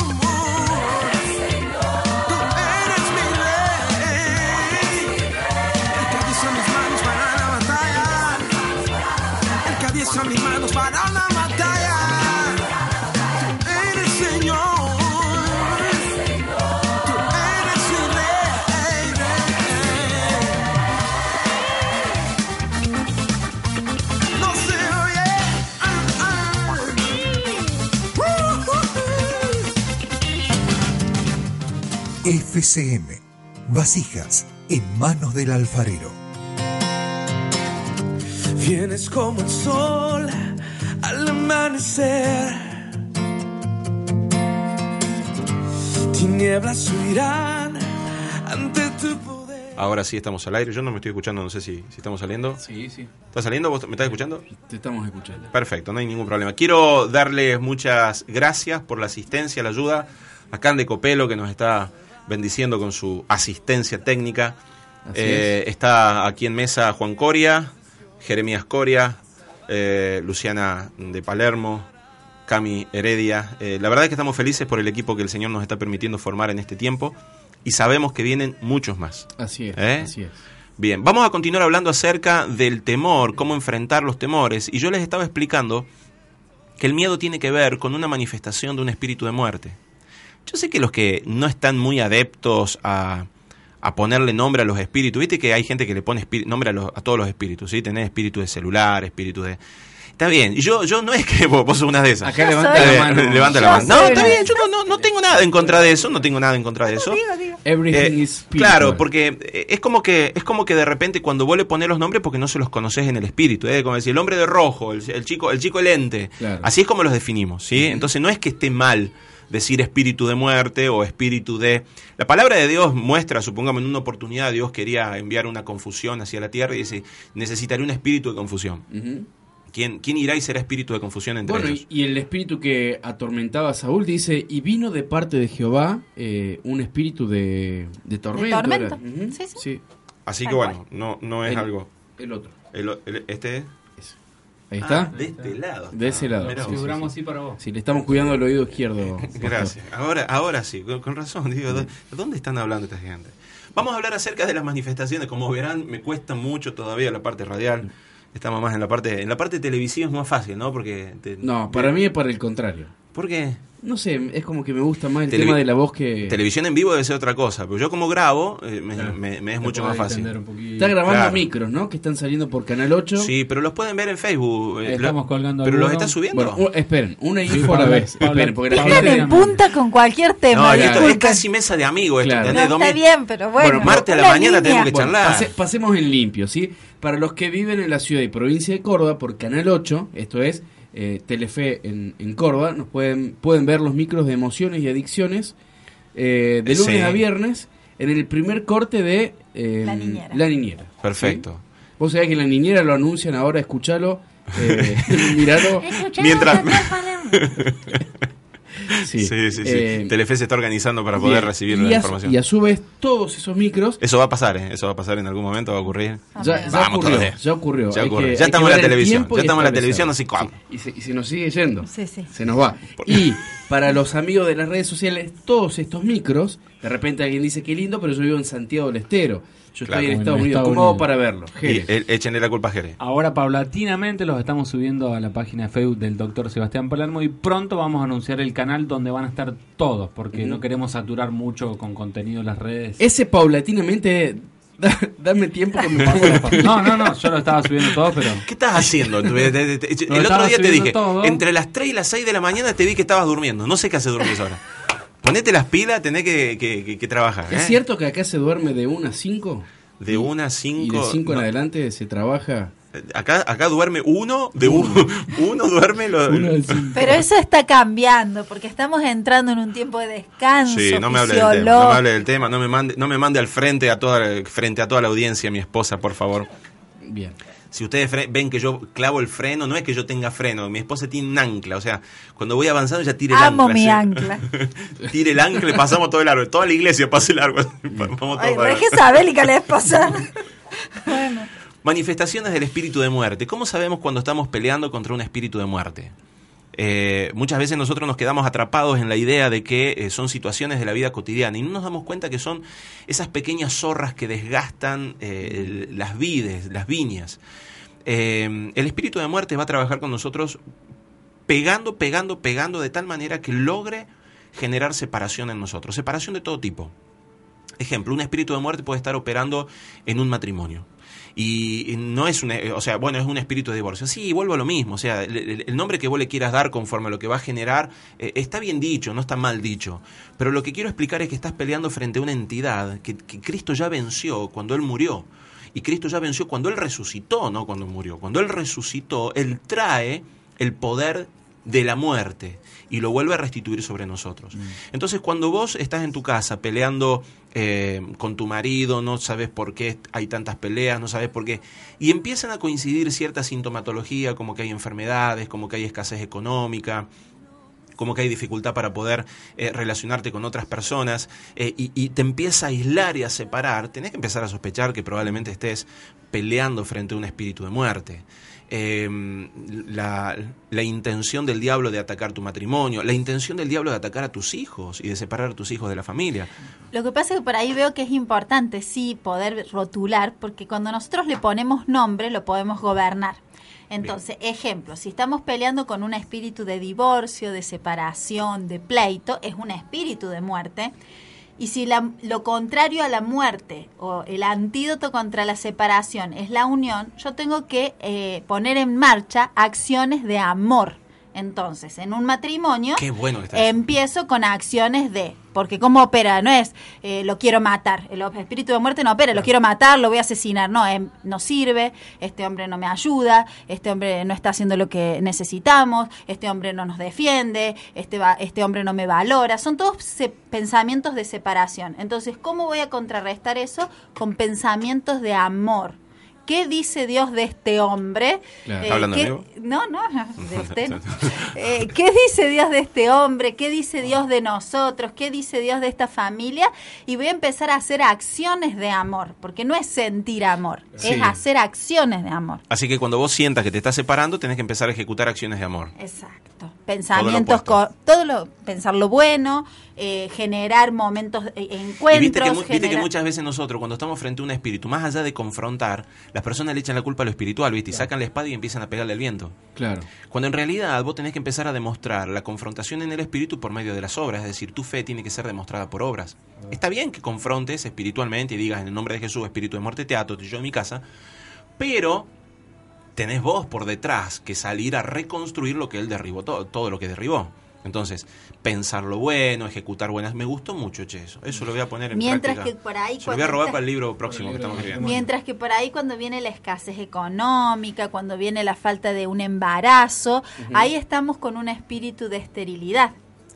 tú eres mi rey. El que adiestra mis manos para la batalla. El que adiestra mis manos para la batalla. Tú eres Señor, tú eres mi rey. No se oye. FCM. Vasijas en manos del alfarero. Vienes como el sol al amanecer. Tinieblas huirán ante tu poder. Ahora sí estamos al aire. Yo no me estoy escuchando, no sé si estamos saliendo. Sí, sí. ¿Estás saliendo? ¿Vos me estás escuchando? Te estamos escuchando. Perfecto, no hay ningún problema. Quiero darles muchas gracias por la asistencia, la ayuda a Can de Copelo, que nos está bendiciendo con su asistencia técnica. Está aquí en mesa Juan Coria, Jeremías Coria, Luciana de Palermo, Cami Heredia. La verdad es que estamos felices por el equipo que el Señor nos está permitiendo formar en este tiempo y sabemos que vienen muchos más. Así es, así es. Bien, vamos a continuar hablando acerca del temor, cómo enfrentar los temores. Y yo les estaba explicando que el miedo tiene que ver con una manifestación de un espíritu de muerte. Yo sé que los que no están muy adeptos a ponerle nombre a los espíritus, viste que hay gente que le pone nombre a todos los espíritus, ¿sí? Tenés espíritu de celular, espíritu de... Está bien, y yo no es que vos sos una de esas. Acá levanta la mano. Levanta la mano. No, está bien, yo no tengo nada en contra de eso, Digo. Everything is spiritual. Claro, porque es como que de repente cuando vos le ponés los nombres porque no se los conocés en el espíritu, como decir el hombre de rojo, el chico lente. Claro. Así es como los definimos, ¿sí? Entonces no es que esté mal decir espíritu de muerte o espíritu de... La palabra de Dios muestra, supongamos, en una oportunidad Dios quería enviar una confusión hacia la tierra y dice, necesitaré un espíritu de confusión. Uh-huh. ¿Quién irá y será espíritu de confusión entre ellos? Y el espíritu que atormentaba a Saúl dice, y vino de parte de Jehová un espíritu de tormento. ¿De tormento? Uh-huh. Sí. Así que bueno, no es algo... El otro. Este es... Ahí está. De este lado. De ese lado. Figuramos así para vos. Sí, le estamos cuidando el oído izquierdo. Gracias. Ahora sí, con razón. Digo, ¿de dónde están hablando esta gente? Vamos a hablar acerca de las manifestaciones. Como verán, me cuesta mucho todavía la parte radial. Estamos más en la parte televisiva, es más fácil, ¿no? Porque para mí es por el contrario. ¿Por qué? No sé, es como que me gusta más el Televi- tema de la voz que... Televisión en vivo debe ser otra cosa, pero yo como grabo me es mucho más fácil. Está grabando Claro. micros, ¿no? Que están saliendo por Canal 8. Sí, pero los pueden ver en Facebook. Estamos colgando ¿Pero los algunos. estás subiendo? Bueno, esperen, una Sí, info a la Paula, vez. Paula, Esperen, porque la Paula, gente... Están en punta con cualquier tema. No, y esto es disculpen. casi mesa de amigos esto, Claro. ¿entendés? No, está bien, pero bueno. martes a la una mañana línea. tenemos que Bueno, charlar. pasemos en limpio, ¿sí? Para los que viven en la ciudad y provincia de Córdoba, por Canal 8, esto es Telefe en Córdoba, nos pueden ver los micros de emociones y adicciones de lunes Sí. a viernes en el primer corte de La Niñera. Perfecto. ¿sí? Vos sabés que en La Niñera lo anuncian ahora, escuchalo, miralo. Mientras... Sí, Sí. Telefe se está organizando para poder recibir la información. Y a su vez, todos esos micros... Eso va a pasar, ¿eh? Eso va a pasar en algún momento, va a ocurrir. Ya Vamos ocurrió, todavía. ya ocurrió. Ya Hay ocurrió. que- Ya hay estamos que en la ver el televisión. tiempo Ya y estamos en la establecer. televisión, así como. Sí, y se nos sigue yendo. Sí. Se nos va. Y para los amigos de las redes sociales, todos estos micros, de repente alguien dice que lindo, pero yo vivo en Santiago del Estero. Yo Claro. estoy en En Estados Unidos. Estados ¿Cómo hago Unidos. para verlo? Y Jerez. échenle la culpa a Jerez. Ahora paulatinamente los estamos subiendo a la página de Facebook del doctor Sebastián Palermo y pronto vamos a anunciar el canal donde van a estar todos, porque no queremos saturar mucho con contenido en las redes. Ese paulatinamente, dame tiempo que me pongo la papel. No, yo lo estaba subiendo todo, pero... ¿Qué estás haciendo? El otro estaba día te subiendo dije, todo. entre las 3 y las 6 de la mañana te vi que estabas durmiendo. No sé qué haces dormir ahora. Ponete las pilas, tenés que trabajar. ¿Es cierto que acá se duerme de 1 a 5? De 1 a Y 5. de 5 en adelante se trabaja... Acá duerme uno, de uno duerme. Pero eso está cambiando, porque estamos entrando en un tiempo de descanso. Sí, no me hable del tema. No me hable del tema. No me mande al frente frente a toda la audiencia, mi esposa, por favor. Bien. Si ustedes ven que yo clavo el freno, no es que yo tenga freno, mi esposa tiene un ancla, o sea, cuando voy avanzando ya tire el ancla. Amo mi ¿sí? ancla. Tire el ancla y pasamos todo el árbol, toda la iglesia pasa el árbol. Vamos todos Ay, para re Isabélica la esposa. Bueno. Manifestaciones del espíritu de muerte. ¿Cómo sabemos cuando estamos peleando contra un espíritu de muerte? Muchas veces nosotros nos quedamos atrapados en la idea de que son situaciones de la vida cotidiana y no nos damos cuenta que son esas pequeñas zorras que desgastan las vides, las viñas. El espíritu de muerte va a trabajar con nosotros pegando de tal manera que logre generar separación en nosotros, separación de todo tipo. Ejemplo, un espíritu de muerte puede estar operando en un matrimonio. Y no es es un espíritu de divorcio. Sí, vuelvo a lo mismo. O sea, el nombre que vos le quieras dar conforme a lo que va a generar, está bien dicho, no está mal dicho. Pero lo que quiero explicar es que estás peleando frente a una entidad que Cristo ya venció cuando Él murió. Y Cristo ya venció cuando Él resucitó, no cuando murió. Cuando Él resucitó, Él trae el poder de la muerte y lo vuelve a restituir sobre nosotros. Entonces, cuando vos estás en tu casa peleando con tu marido, no sabes por qué hay tantas peleas, no sabes por qué, y empiezan a coincidir cierta sintomatología, como que hay enfermedades, como que hay escasez económica, como que hay dificultad para poder relacionarte con otras personas, y te empieza a aislar y a separar, tenés que empezar a sospechar que probablemente estés peleando frente a un espíritu de muerte. La intención del diablo de atacar tu matrimonio, la intención del diablo de atacar a tus hijos y de separar a tus hijos de la familia. Lo que pasa es que por ahí veo que es importante, sí, poder rotular, porque cuando nosotros le ponemos nombre, lo podemos gobernar. Entonces, ejemplo, si estamos peleando con un espíritu de divorcio, de separación, de pleito, es un espíritu de muerte. Y si lo contrario a la muerte o el antídoto contra la separación es la unión, yo tengo que poner en marcha acciones de amor. Entonces, en un matrimonio, Qué bueno que está eso. empiezo con acciones de, porque ¿cómo opera? No es lo quiero matar, el espíritu de muerte no opera, lo quiero matar, lo voy a asesinar, no, no sirve, este hombre no me ayuda, este hombre no está haciendo lo que necesitamos, este hombre no nos defiende, este hombre no me valora, son todos pensamientos de separación. Entonces, ¿cómo voy a contrarrestar eso? Con pensamientos de amor. ¿Qué dice Dios de este hombre? Claro. ¿Está hablando amigo? No, de usted no. ¿Qué dice Dios de este hombre? ¿Qué dice Dios de nosotros? ¿Qué dice Dios de esta familia? Y voy a empezar a hacer acciones de amor, porque no es sentir amor, Sí. es hacer acciones de amor. Así que cuando vos sientas que te estás separando, tenés que empezar a ejecutar acciones de amor. Exacto. pensamientos, pensar lo bueno, generar momentos, encuentros. Y viste que muchas veces nosotros, cuando estamos frente a un espíritu, más allá de confrontar, las personas le echan la culpa a lo espiritual, ¿viste? Y sacan la espada y empiezan a pegarle al viento. Claro. Cuando en realidad vos tenés que empezar a demostrar la confrontación en el espíritu por medio de las obras, es decir, tu fe tiene que ser demostrada por obras. Está bien que confrontes espiritualmente y digas, en el nombre de Jesús, espíritu de muerte, te ato, yo en mi casa, pero tenés vos por detrás que salir a reconstruir lo que él derribó, todo lo que derribó. Entonces, pensar lo bueno, ejecutar buenas. Me gustó mucho, eso lo voy a poner en práctica. Que por ahí, se lo voy a robar para el libro próximo que estamos escribiendo. Mientras que por ahí cuando viene la escasez económica, cuando viene la falta de un embarazo, ahí estamos con un espíritu de esterilidad.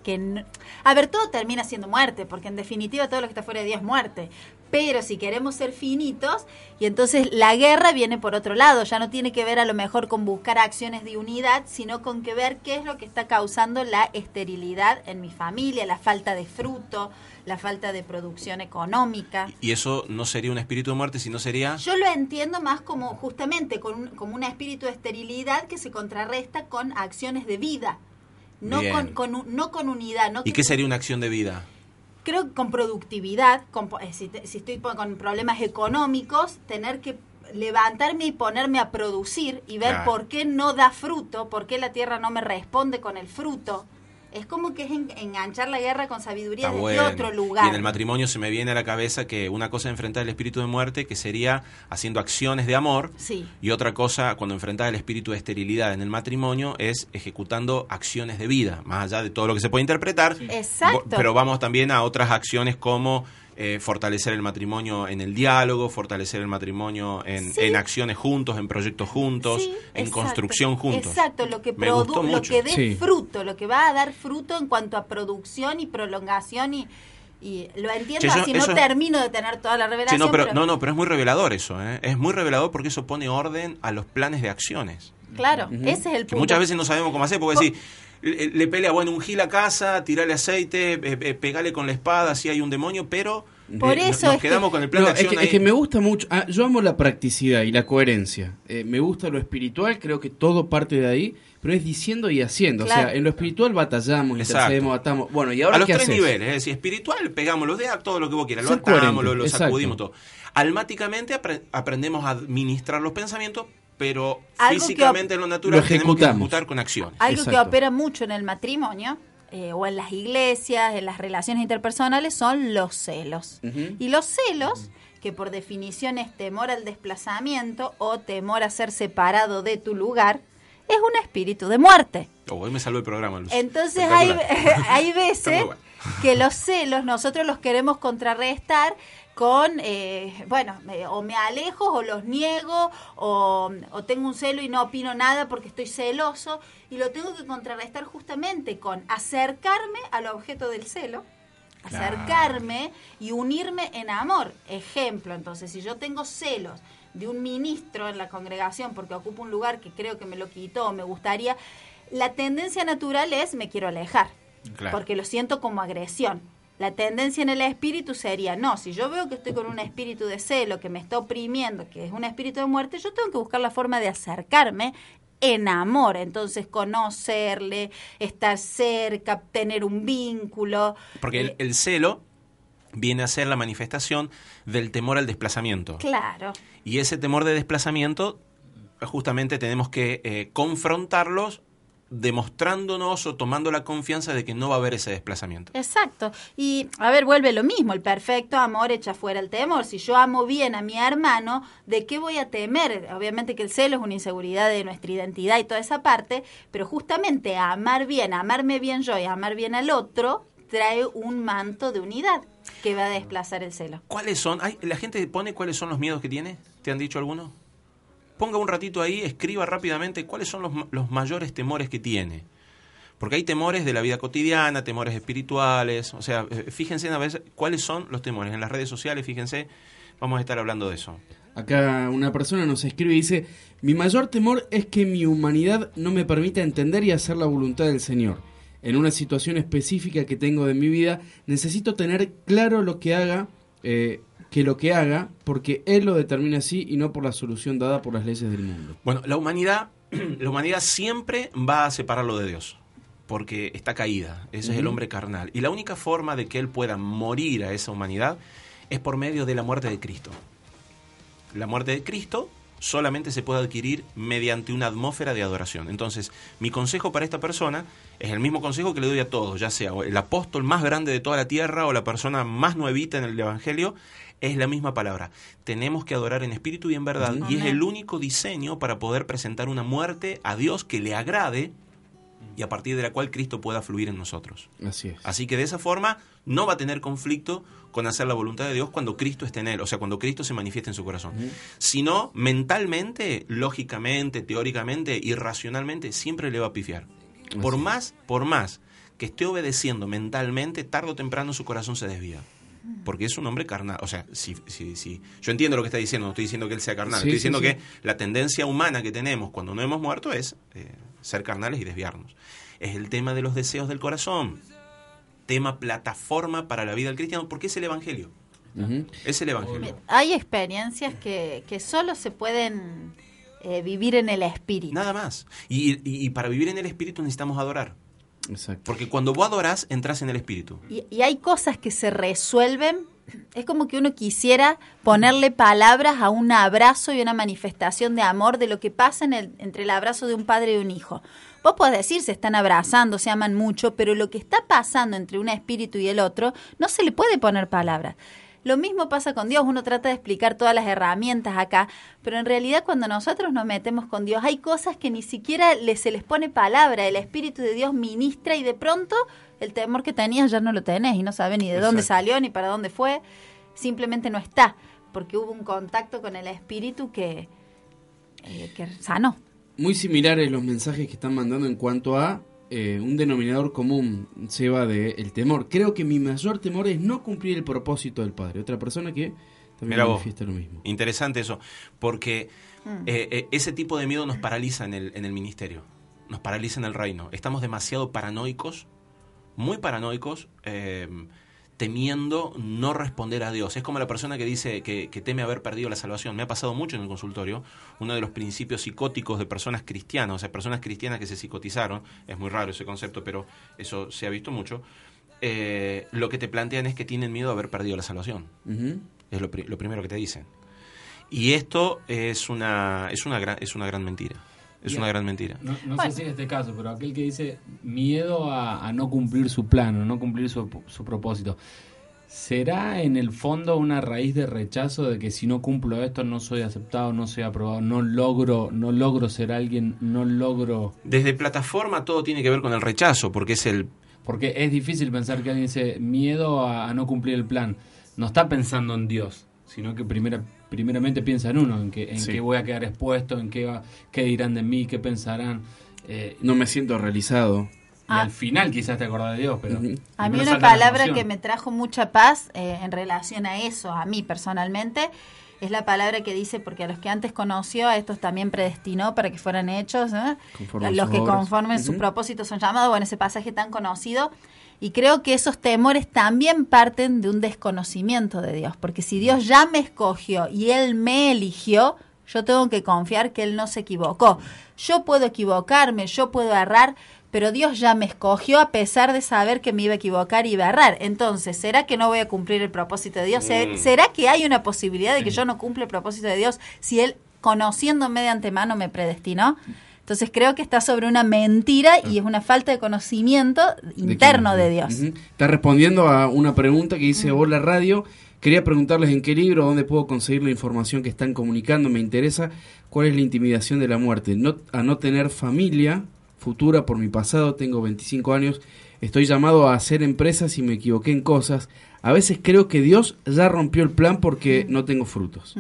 A ver, todo termina siendo muerte, porque en definitiva todo lo que está fuera de Dios es muerte. Pero si queremos ser finitos, y entonces la guerra viene por otro lado, ya no tiene que ver a lo mejor con buscar acciones de unidad, sino con que ver qué es lo que está causando la esterilidad en mi familia, la falta de fruto, la falta de producción económica. ¿Y eso no sería un espíritu de muerte, sino sería...? Yo lo entiendo más como justamente como un espíritu de esterilidad que se contrarresta con acciones de vida. No con unidad. No. ¿Y qué sería una acción de vida? Creo que con productividad, si estoy con problemas económicos, tener que levantarme y ponerme a producir y ver por qué no da fruto, por qué la tierra no me responde con el fruto. Es como que es enganchar la guerra con sabiduría desde otro lugar. Y en el matrimonio se me viene a la cabeza que una cosa es enfrentar el espíritu de muerte, que sería haciendo acciones de amor, y otra cosa, cuando enfrentas el espíritu de esterilidad en el matrimonio, es ejecutando acciones de vida, más allá de todo lo que se puede interpretar. Exacto. Pero vamos también a otras acciones como fortalecer el matrimonio en el diálogo, fortalecer el matrimonio en acciones juntos, en proyectos juntos, en construcción juntos. Exacto, lo que dé fruto, lo que va a dar fruto en cuanto a producción y prolongación y lo entiendo, así no termino de tener toda la revelación. Pero es muy revelador eso, es muy revelador porque eso pone orden a los planes de acciones. Claro, ese es el punto. Que muchas veces no sabemos cómo hacer, porque decir, le pelea, ungí la casa, tirale aceite, pegale con la espada, si hay un demonio, pero por eso nos quedamos con el plan de acción. Es que me gusta mucho, yo amo la practicidad y la coherencia, me gusta lo espiritual, creo que todo parte de ahí, pero es diciendo y haciendo. Claro. O sea, en lo espiritual batallamos, intercedemos, atamos. Bueno, ¿y ahora a los qué tres haces? niveles, es decir, espiritual, pegamos los dedos, todo lo que vos quieras, lo atamos, lo sacudimos, todo. Almáticamente aprendemos a administrar los pensamientos, pero físicamente en lo natural tenemos que ejecutar con acciones. Algo que opera mucho en el matrimonio, o en las iglesias, en las relaciones interpersonales, son los celos. Y los celos, que por definición es temor al desplazamiento o temor a ser separado de tu lugar, es un espíritu de muerte. Hoy me salvó el programa, Luz. Entonces hay veces que los celos nosotros los queremos contrarrestar con, o me alejo o los niego o tengo un celo y no opino nada porque estoy celoso, y lo tengo que contrarrestar justamente con acercarme al objeto del celo, acercarme y unirme en amor. Ejemplo, entonces, si yo tengo celos de un ministro en la congregación porque ocupa un lugar que creo que me lo quitó o me gustaría, la tendencia natural es me quiero alejar, porque lo siento como agresión. La tendencia en el espíritu sería, no, si yo veo que estoy con un espíritu de celo que me está oprimiendo, que es un espíritu de muerte, yo tengo que buscar la forma de acercarme en amor. Entonces, conocerle, estar cerca, tener un vínculo. Porque el celo viene a ser la manifestación del temor al desplazamiento. Claro. Y ese temor de desplazamiento, justamente tenemos que confrontarlos, demostrándonos o tomando la confianza de que no va a haber ese desplazamiento. Exacto. Y, a ver, vuelve lo mismo, el perfecto amor echa fuera el temor. Si yo amo bien a mi hermano, ¿de qué voy a temer? Obviamente que el celo es una inseguridad de nuestra identidad y toda esa parte, pero justamente amarme bien yo y amar bien al otro, trae un manto de unidad que va a desplazar el celo. ¿Cuáles son? La gente pone cuáles son los miedos que tiene. ¿Te han dicho alguno? Ponga un ratito ahí, escriba rápidamente cuáles son los mayores temores que tiene. Porque hay temores de la vida cotidiana, temores espirituales. O sea, fíjense a veces cuáles son los temores. En las redes sociales, fíjense, vamos a estar hablando de eso. Acá una persona nos escribe y dice: mi mayor temor es que mi humanidad no me permita entender y hacer la voluntad del Señor. En una situación específica que tengo de mi vida, necesito tener claro lo que haga, porque Él lo determina así y no por la solución dada por las leyes del mundo. Bueno, la humanidad siempre va a separarlo de Dios. porque está caída. Ese es el hombre carnal. Y la única forma de que él pueda morir a esa humanidad es por medio de la muerte de Cristo. La muerte de Cristo solamente se puede adquirir mediante una atmósfera de adoración. Entonces, mi consejo para esta persona es el mismo consejo que le doy a todos, ya sea el apóstol más grande de toda la tierra o la persona más nuevita en el Evangelio, es la misma palabra. Tenemos que adorar en espíritu y en verdad, y es el único diseño para poder presentar una muerte a Dios que le agrade y a partir de la cual Cristo pueda fluir en nosotros. Así es. Así que de esa forma no va a tener conflicto con hacer la voluntad de Dios cuando Cristo esté en él, o sea, cuando Cristo se manifieste en su corazón. Sino, mentalmente, lógicamente, teóricamente, irracionalmente, siempre le va a pifiar. Por más que esté obedeciendo mentalmente, tarde o temprano su corazón se desvía. Porque es un hombre carnal. O sea, si yo entiendo lo que está diciendo, no estoy diciendo que él sea carnal, estoy diciendo que la tendencia humana que tenemos cuando no hemos muerto es ser carnales y desviarnos. Es el tema de los deseos del corazón. Tema plataforma para la vida del cristiano, porque es el Evangelio. Es el Evangelio. Hay experiencias que solo se pueden vivir en el espíritu. Nada más. Y para vivir en el espíritu necesitamos adorar. Exacto. Porque cuando vos adorás, entras en el espíritu. Y hay cosas que se resuelven. Es como que uno quisiera ponerle palabras a un abrazo y una manifestación de amor de lo que pasa entre el abrazo de un padre y un hijo. Vos podés decir, se están abrazando, se aman mucho, pero lo que está pasando entre un espíritu y el otro no se le puede poner palabras. Lo mismo pasa con Dios, uno trata de explicar todas las herramientas acá, pero en realidad cuando nosotros nos metemos con Dios hay cosas que ni siquiera se les pone palabra, el Espíritu de Dios ministra y de pronto el temor que tenías ya no lo tenés y no sabes ni de dónde salió ni para dónde fue, simplemente no está, porque hubo un contacto con el Espíritu que sanó. Muy similares los mensajes que están mandando en cuanto a un denominador común, Seba, del temor. Creo que mi mayor temor es no cumplir el propósito del Padre. Otra persona que también manifiesta lo mismo. Interesante eso, porque ese tipo de miedo nos paraliza en el ministerio, nos paraliza en el reino. Estamos demasiado paranoicos, muy paranoicos, temiendo no responder a Dios. Es como la persona que dice que teme haber perdido la salvación. Me ha pasado mucho en el consultorio. Uno de los principios psicóticos de personas cristianas, o sea, personas cristianas que se psicotizaron, es muy raro ese concepto, pero eso se ha visto mucho, lo que te plantean es que tienen miedo a haber perdido la salvación. Es lo primero que te dicen. Y esto es una gran mentira. Es una gran mentira. No sé si en este caso, pero aquel que dice miedo a no cumplir su plan, no cumplir su propósito, ¿será en el fondo una raíz de rechazo de que si no cumplo esto no soy aceptado, no soy aprobado, no logro ser alguien, no logro...? Desde plataforma todo tiene que ver con el rechazo, porque es difícil pensar que alguien dice miedo a no cumplir el plan. No está pensando en Dios, sino que primeramente piensa en uno, en qué voy a quedar expuesto, en qué dirán de mí, qué pensarán. No me siento realizado. Y al final quizás te acordás de Dios, pero... A mí una palabra que me trajo mucha paz en relación a eso, a mí personalmente, es la palabra que dice, porque a los que antes conoció, a estos también predestinó para que fueran hechos, los que conformen su propósito son llamados, bueno, ese pasaje tan conocido. Y creo que esos temores también parten de un desconocimiento de Dios, porque si Dios ya me escogió y Él me eligió, yo tengo que confiar que Él no se equivocó. Yo puedo equivocarme, yo puedo errar, pero Dios ya me escogió a pesar de saber que me iba a equivocar y iba a errar. Entonces, ¿será que no voy a cumplir el propósito de Dios? ¿Será que hay una posibilidad de que yo no cumpla el propósito de Dios si Él, conociéndome de antemano, me predestinó? Entonces creo que está sobre una mentira y es una falta de conocimiento interno de Dios. Está respondiendo a una pregunta que dice: hola radio, quería preguntarles en qué libro, dónde puedo conseguir la información que están comunicando, me interesa cuál es la intimidación de la muerte. A no tener familia futura por mi pasado, tengo 25 años, estoy llamado a hacer empresas y me equivoqué en cosas. A veces creo que Dios ya rompió el plan porque no tengo frutos.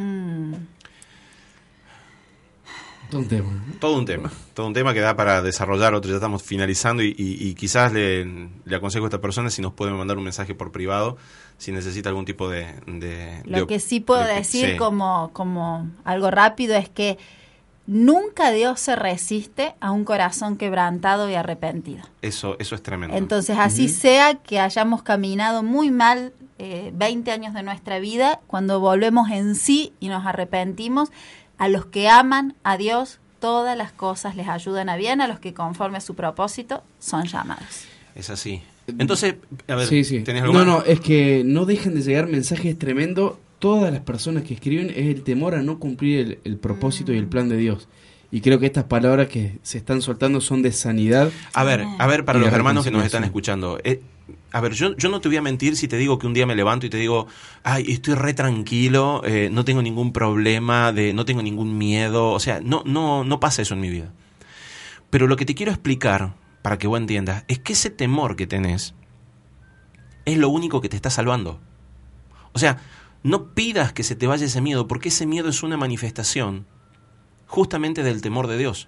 Todo un tema que da para desarrollar. Otro, ya estamos finalizando y quizás le aconsejo a esta persona si nos puede mandar un mensaje por privado si necesita algún tipo de lo que sí puedo decir como algo rápido es que nunca Dios se resiste a un corazón quebrantado y arrepentido. Eso es tremendo. Entonces así sea que hayamos caminado muy mal 20 años de nuestra vida, cuando volvemos en sí y nos arrepentimos, a los que aman a Dios todas las cosas les ayudan a bien a los que conforme a su propósito son llamados. Es así. Entonces, a ver, Sí. ¿tenés algo más? No, es que no dejen de llegar mensajes tremendos. Todas las personas que escriben es el temor a no cumplir el propósito y el plan de Dios. Y creo que estas palabras que se están soltando son de sanidad. A ver, para Y los la hermanos que nos están reconciliación. escuchando. A ver, yo no te voy a mentir si te digo que un día me levanto y te digo, ay, estoy re tranquilo, no tengo ningún problema, no tengo ningún miedo. O sea, no pasa eso en mi vida. Pero lo que te quiero explicar, para que vos entiendas, es que ese temor que tenés es lo único que te está salvando. O sea, no pidas que se te vaya ese miedo, porque ese miedo es una manifestación justamente del temor de Dios.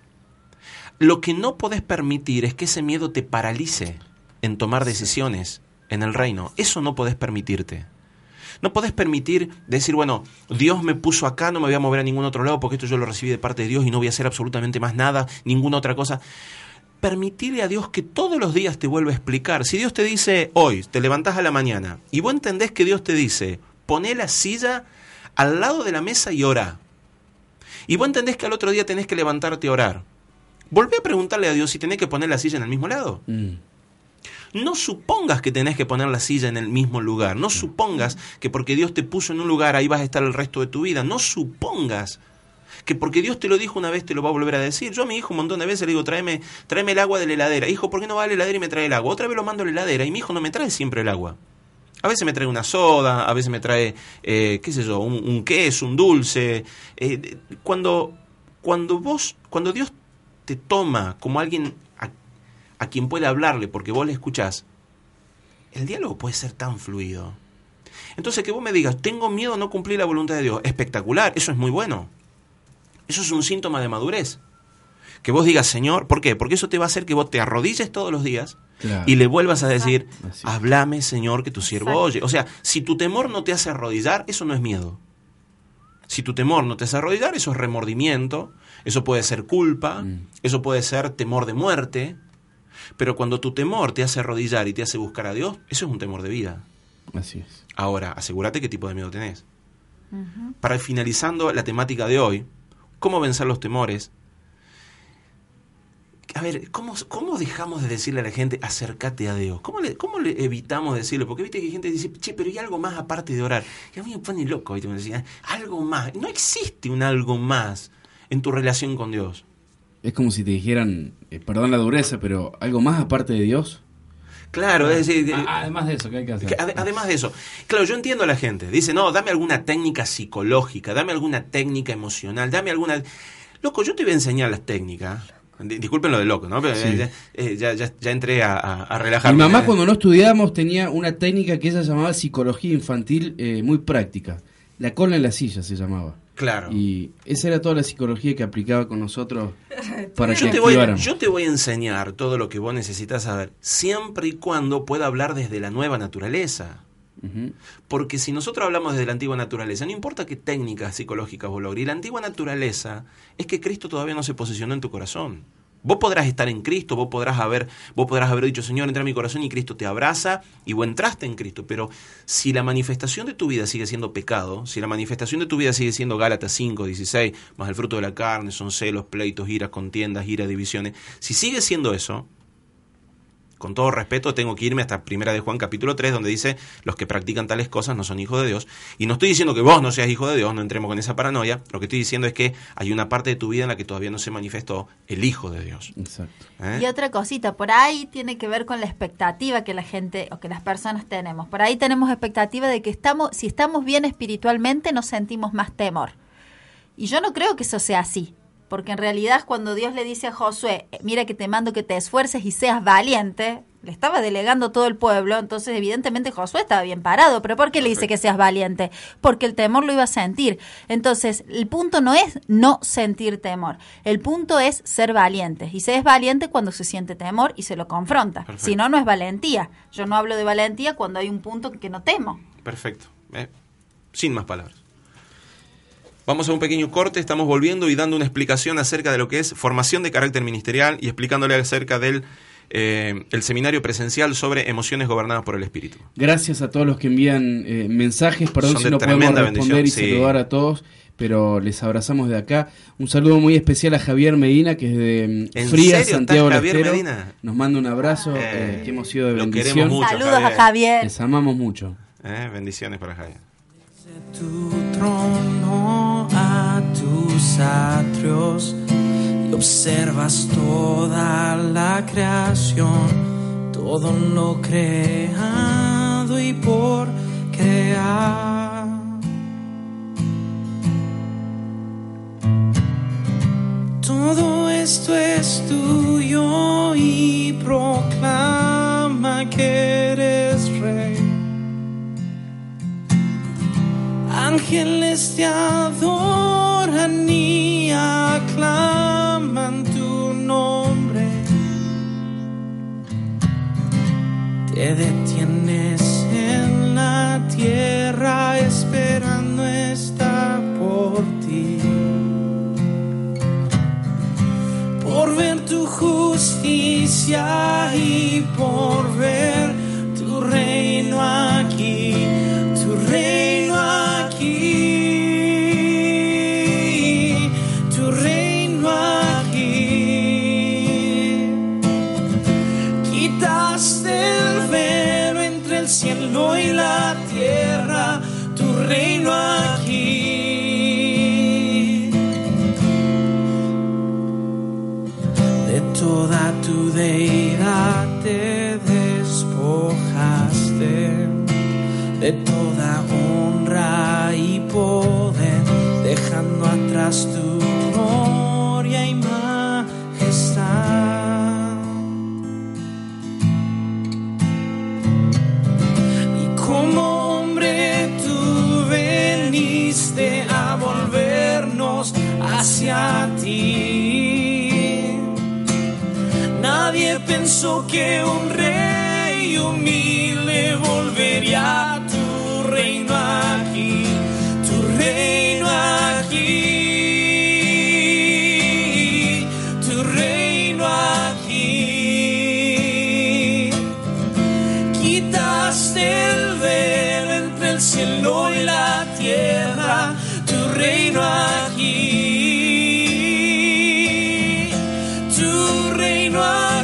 Lo que no podés permitir es que ese miedo te paralice en tomar decisiones en el reino. Eso no podés permitirte. No podés permitir decir, bueno, Dios me puso acá, no me voy a mover a ningún otro lado porque esto yo lo recibí de parte de Dios y no voy a hacer absolutamente más nada, ninguna otra cosa. Permitirle a Dios que todos los días te vuelva a explicar. Si Dios te dice hoy, te levantás a la mañana y vos entendés que Dios te dice, poné la silla al lado de la mesa y orá. Y vos entendés que al otro día tenés que levantarte a orar. Volvé a preguntarle a Dios si tenés que poner la silla en el mismo lado. No supongas que tenés que poner la silla en el mismo lugar. No supongas que porque Dios te puso en un lugar ahí vas a estar el resto de tu vida. No supongas que porque Dios te lo dijo una vez te lo va a volver a decir. Yo a mi hijo un montón de veces le digo, tráeme el agua de la heladera. Hijo, ¿por qué no va a la heladera y me trae el agua? Otra vez lo mando a la heladera y mi hijo no me trae siempre el agua. A veces me trae una soda, a veces me trae, qué sé yo, un queso, un dulce. Cuando Dios te toma como alguien a quien puede hablarle porque vos le escuchás, el diálogo puede ser tan fluido. Entonces que vos me digas, tengo miedo a no cumplir la voluntad de Dios, espectacular, eso es muy bueno. Eso es un síntoma de madurez. Que vos digas, Señor, ¿por qué? Porque eso te va a hacer que vos te arrodilles todos los días, claro, y le vuelvas a decir, háblame, Señor, que tu siervo oye. O sea, si tu temor no te hace arrodillar, eso no es miedo. Si tu temor no te hace arrodillar, eso es remordimiento, eso puede ser culpa, eso puede ser temor de muerte. Pero cuando tu temor te hace arrodillar y te hace buscar a Dios, eso es un temor de vida. Así es. Ahora, asegúrate qué tipo de miedo tenés. Para ir finalizando la temática de hoy, ¿cómo vencer los temores? A ver, ¿cómo dejamos de decirle a la gente, acércate a Dios? ¿Cómo le evitamos decirle? Porque viste que hay gente que dice, che, pero hay algo más aparte de orar. Y a mí me pone loco, ¿viste? Me decía, algo más. No existe un algo más en tu relación con Dios. Es como si te dijeran, perdón la dureza, pero algo más aparte de Dios. Claro, es decir... Además de eso, ¿qué hay que hacer? Además de eso. Claro, yo entiendo a la gente. Dice, no, dame alguna técnica psicológica, dame alguna técnica emocional, dame alguna... Loco, yo te voy a enseñar las técnicas. Disculpen lo de loco, ¿no? Pero sí, ya entré a relajarme. Mi mamá cuando no estudiábamos tenía una técnica que ella llamaba psicología infantil muy práctica. La cola en la silla se llamaba. Claro. Y esa era toda la psicología que aplicaba con nosotros para que yo te voy a enseñar todo lo que vos necesitas saber, siempre y cuando pueda hablar desde la nueva naturaleza. Porque si nosotros hablamos desde la antigua naturaleza, no importa qué técnicas psicológicas vos logres, y la antigua naturaleza es que Cristo todavía no se posicionó en tu corazón. Vos podrás estar en Cristo, vos podrás haber dicho, Señor, entra en mi corazón, y Cristo te abraza, y vos entraste en Cristo. Pero si la manifestación de tu vida sigue siendo pecado, si la manifestación de tu vida sigue siendo Gálatas 5:16, más el fruto de la carne, son celos, pleitos, iras, contiendas, divisiones, si sigue siendo eso, con todo respeto, tengo que irme hasta 1 de Juan capítulo 3, donde dice, los que practican tales cosas no son hijos de Dios. Y no estoy diciendo que vos no seas hijo de Dios, no entremos con esa paranoia. Lo que estoy diciendo es que hay una parte de tu vida en la que todavía no se manifestó el Hijo de Dios. Exacto. Y otra cosita, por ahí tiene que ver con la expectativa que la gente o que las personas tenemos. Por ahí tenemos expectativa de que si estamos bien espiritualmente, nos sentimos más temor. Y yo no creo que eso sea así. Porque en realidad cuando Dios le dice a Josué, mira que te mando que te esfuerces y seas valiente, le estaba delegando todo el pueblo, entonces evidentemente Josué estaba bien parado. ¿Pero por qué le dice que seas valiente? Porque el temor lo iba a sentir. Entonces el punto no es no sentir temor, el punto es ser valiente. Y se es valiente cuando se siente temor y se lo confronta. Perfecto. Si no, no es valentía. Yo no hablo de valentía cuando hay un punto que no temo. Perfecto. Sin más palabras. Vamos a un pequeño corte, estamos volviendo y dando una explicación acerca de lo que es formación de carácter ministerial y explicándole acerca del el seminario presencial sobre emociones gobernadas por el espíritu. Gracias a todos los que envían mensajes. Perdón Son si de no podemos tremenda responder y bendición, sí. saludar a todos, pero les abrazamos de acá. Un saludo muy especial a Javier Medina, que es de ¿En Frías, serio Santiago está Javier del Estero. Medina? Nos manda un abrazo, que hemos sido de lo bendición. queremos mucho, Saludos a Javier. Les amamos mucho. Bendiciones para Javier. Tu trono a tus atrios y observas toda la creación, todo lo creado y por crear. Todo esto es tuyo y proclama que eres rey. Ángeles te adoran y aclaman tu nombre. Te detienes en la tierra esperando estar por ti, por ver tu justicia y por ver tu reino aquí, tu reino aquí, tu reino aquí. Quitaste el velo entre el cielo y la tierra, tu reino aquí. De toda tu deidad te despojaste, de toda honra y poder, dejando atrás tu gloria y majestad. Y como hombre tú veniste a volvernos hacia ti. Nadie pensó que un rey humilde volvería a tu reino aquí, tu reino aquí, tu reino aquí. Quitaste el velo entre el cielo y la tierra, tu reino aquí, tu reino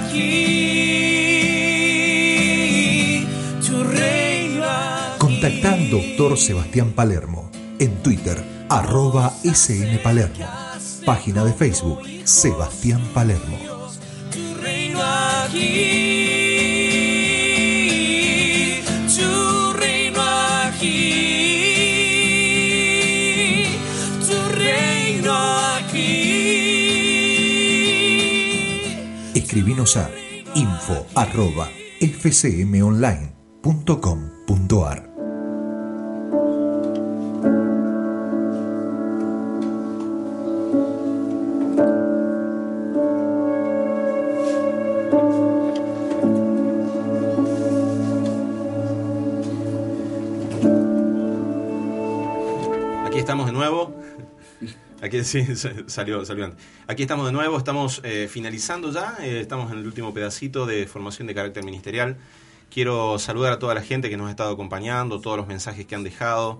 aquí, tu reino aquí. Contactá al Dr. Sebastián Palermo en Twitter, @SNPalermo. Página de Facebook, Sebastián Palermo. Tu reino aquí, tu reino aquí, tu reino aquí. Escribinos a info@fcmonline.com.ar. Aquí estamos de nuevo. Aquí sí, salió antes. Aquí estamos de nuevo, estamos finalizando ya, estamos en el último pedacito de formación de carácter ministerial. Quiero saludar a toda la gente que nos ha estado acompañando, todos los mensajes que han dejado.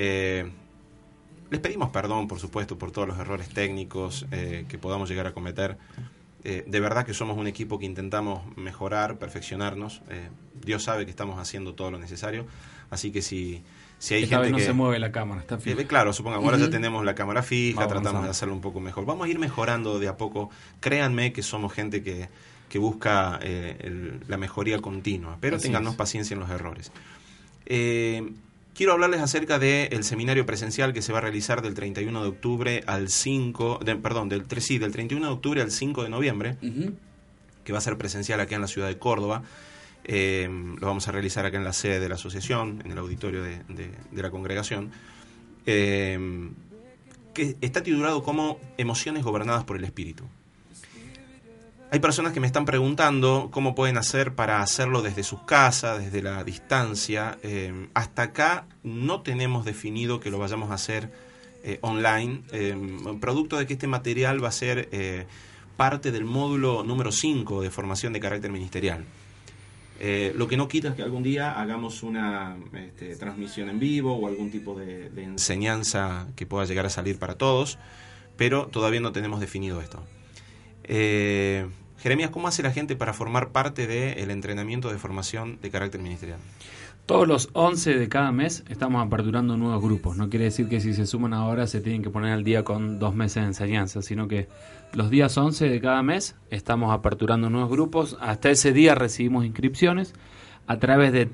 Les pedimos perdón, por supuesto, por todos los errores técnicos que podamos llegar a cometer. De verdad que somos un equipo que intentamos mejorar, perfeccionarnos. Dios sabe que estamos haciendo todo lo necesario, así que si hay Esta gente vez no que se mueve la cámara, está fija. claro, supongamos, ahora ya tenemos la cámara fija, Vamos tratamos avanzando. de hacerlo un poco mejor. Vamos a ir mejorando de a poco. Créanme que somos gente que busca la mejoría continua, pero Así téngannos es. paciencia en los errores. Quiero hablarles acerca del seminario presencial que se va a realizar del 31 de octubre al 5, del 31 de octubre al 5 de noviembre, que va a ser presencial acá en la ciudad de Córdoba. Lo vamos a realizar acá en la sede de la asociación, en el auditorio de la congregación, que está titulado como Emociones gobernadas por el Espíritu. Hay personas que me están preguntando cómo pueden hacer para hacerlo desde sus casas, desde la distancia. Hasta acá no tenemos definido que lo vayamos a hacer online, producto de que este material va a ser parte del módulo número 5 de formación de carácter ministerial. Lo que no quita es que algún día hagamos una transmisión en vivo o algún tipo de enseñanza que pueda llegar a salir para todos, pero todavía no tenemos definido esto. Jeremías, ¿cómo hace la gente para formar parte del entrenamiento de formación de carácter ministerial? Todos los 11 de cada mes estamos aperturando nuevos grupos. No quiere decir que si se suman ahora se tienen que poner al día con 2 meses de enseñanza, sino que los días 11 de cada mes estamos aperturando nuevos grupos. Hasta ese día recibimos inscripciones a través de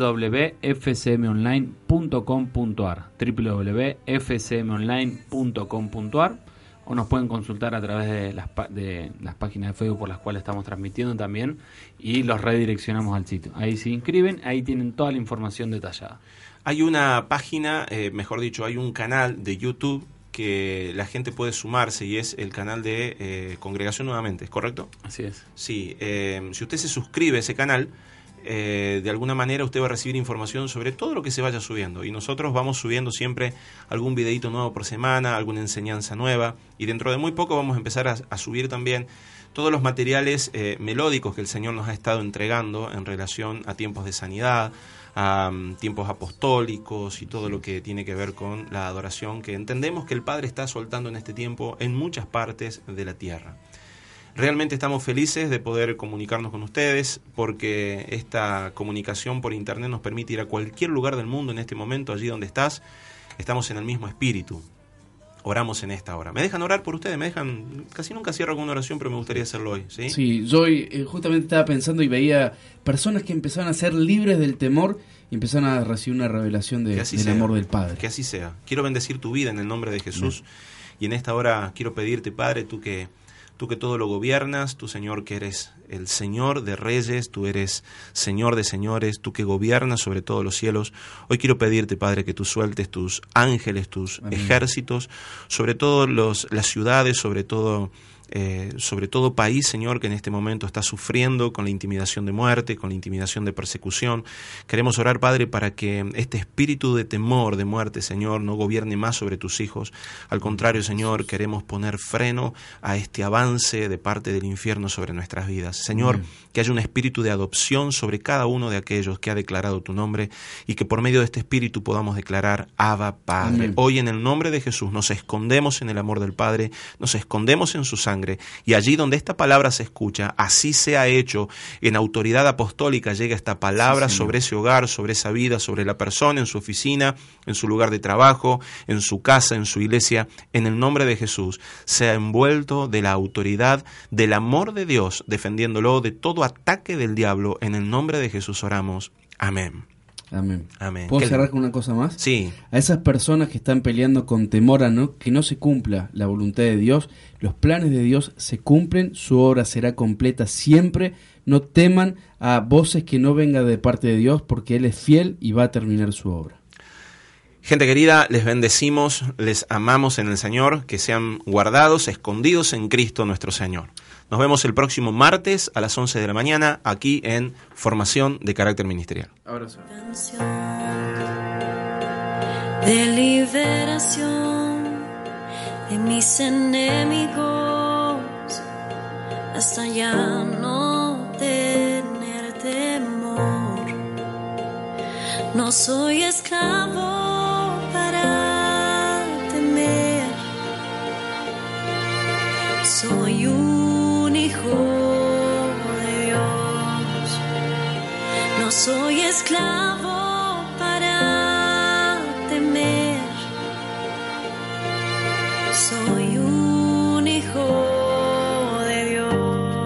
www.fcmonline.com.ar www.fcmonline.com.ar, o nos pueden consultar a través de las páginas de Facebook por las cuales estamos transmitiendo también, y los redireccionamos al sitio. Ahí se inscriben, ahí tienen toda la información detallada. Hay una página, mejor dicho, hay un canal de YouTube que la gente puede sumarse, y es el canal de Congregación Nuevamente, ¿es correcto? Así es. Sí, si usted se suscribe a ese canal, de alguna manera usted va a recibir información sobre todo lo que se vaya subiendo, y nosotros vamos subiendo siempre algún videito nuevo por semana, alguna enseñanza nueva, y dentro de muy poco vamos a empezar a subir también todos los materiales melódicos que el Señor nos ha estado entregando en relación a tiempos de sanidad, a tiempos apostólicos y todo lo que tiene que ver con la adoración que entendemos que el Padre está soltando en este tiempo en muchas partes de la tierra. Realmente estamos felices de poder comunicarnos con ustedes, porque esta comunicación por internet nos permite ir a cualquier lugar del mundo en este momento, allí donde estás. Estamos en el mismo espíritu. Oramos en esta hora. ¿Me dejan orar por ustedes? Casi nunca cierro con una oración, pero me gustaría hacerlo hoy, ¿sí? Sí, yo justamente estaba pensando y veía personas que empezaban a ser libres del temor y empezaron a recibir una revelación del amor del Padre. Que así sea. Quiero bendecir tu vida en el nombre de Jesús. Y en esta hora quiero pedirte, Padre, tú que todo lo gobiernas, tú, Señor, que eres el Señor de reyes, tú eres Señor de señores, tú que gobiernas sobre todos los cielos. Hoy quiero pedirte, Padre, que tú sueltes tus ángeles, tus ejércitos, sobre todas las ciudades, sobre todo país, Señor, que en este momento está sufriendo con la intimidación de muerte, con la intimidación de persecución. Queremos orar, Padre, para que este espíritu de temor, de muerte, Señor, no gobierne más sobre tus hijos. Al contrario, Señor, queremos poner freno a este avance de parte del infierno sobre nuestras vidas. Señor, que haya un espíritu de adopción sobre cada uno de aquellos que ha declarado tu nombre, y que por medio de este espíritu podamos declarar Abba, Padre. Hoy, en el nombre de Jesús, nos escondemos en el amor del Padre, nos escondemos en su sangre, y allí donde esta palabra se escucha, así sea hecho. En autoridad apostólica llega esta palabra sobre ese hogar, sobre esa vida, sobre la persona, en su oficina, en su lugar de trabajo, en su casa, en su iglesia. En el nombre de Jesús, sea envuelto de la autoridad del amor de Dios, defendiéndolo de todo ataque del diablo. En el nombre de Jesús oramos. Amén. Amén. Amén. ¿Puedo cerrar con una cosa más? Sí. A esas personas que están peleando con temor a que no se cumpla la voluntad de Dios, los planes de Dios se cumplen, su obra será completa siempre. No teman a voces que no vengan de parte de Dios, porque Él es fiel y va a terminar su obra. Gente querida, les bendecimos, les amamos en el Señor, que sean guardados, escondidos en Cristo nuestro Señor. Nos vemos el próximo martes a las 11 de la mañana, aquí en Formación de Carácter Ministerial. Abrazo. De liberación de mis enemigos, hasta ya no tener temor. No soy esclavo para temer, soy un hijo de Dios. No soy esclavo para temer, soy un hijo de Dios.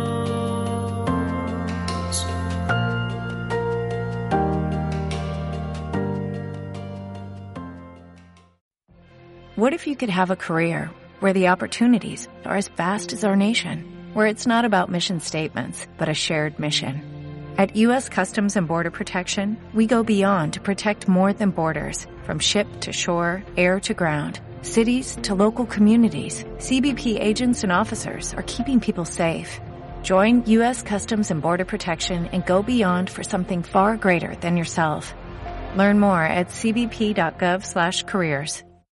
What if you could have a career where the opportunities are as vast as our nation, where it's not about mission statements, but a shared mission? At U.S. Customs and Border Protection, we go beyond to protect more than borders. From ship to shore, air to ground, cities to local communities, CBP agents and officers are keeping people safe. Join U.S. Customs and Border Protection and go beyond for something far greater than yourself. Learn more at cbp.gov/careers.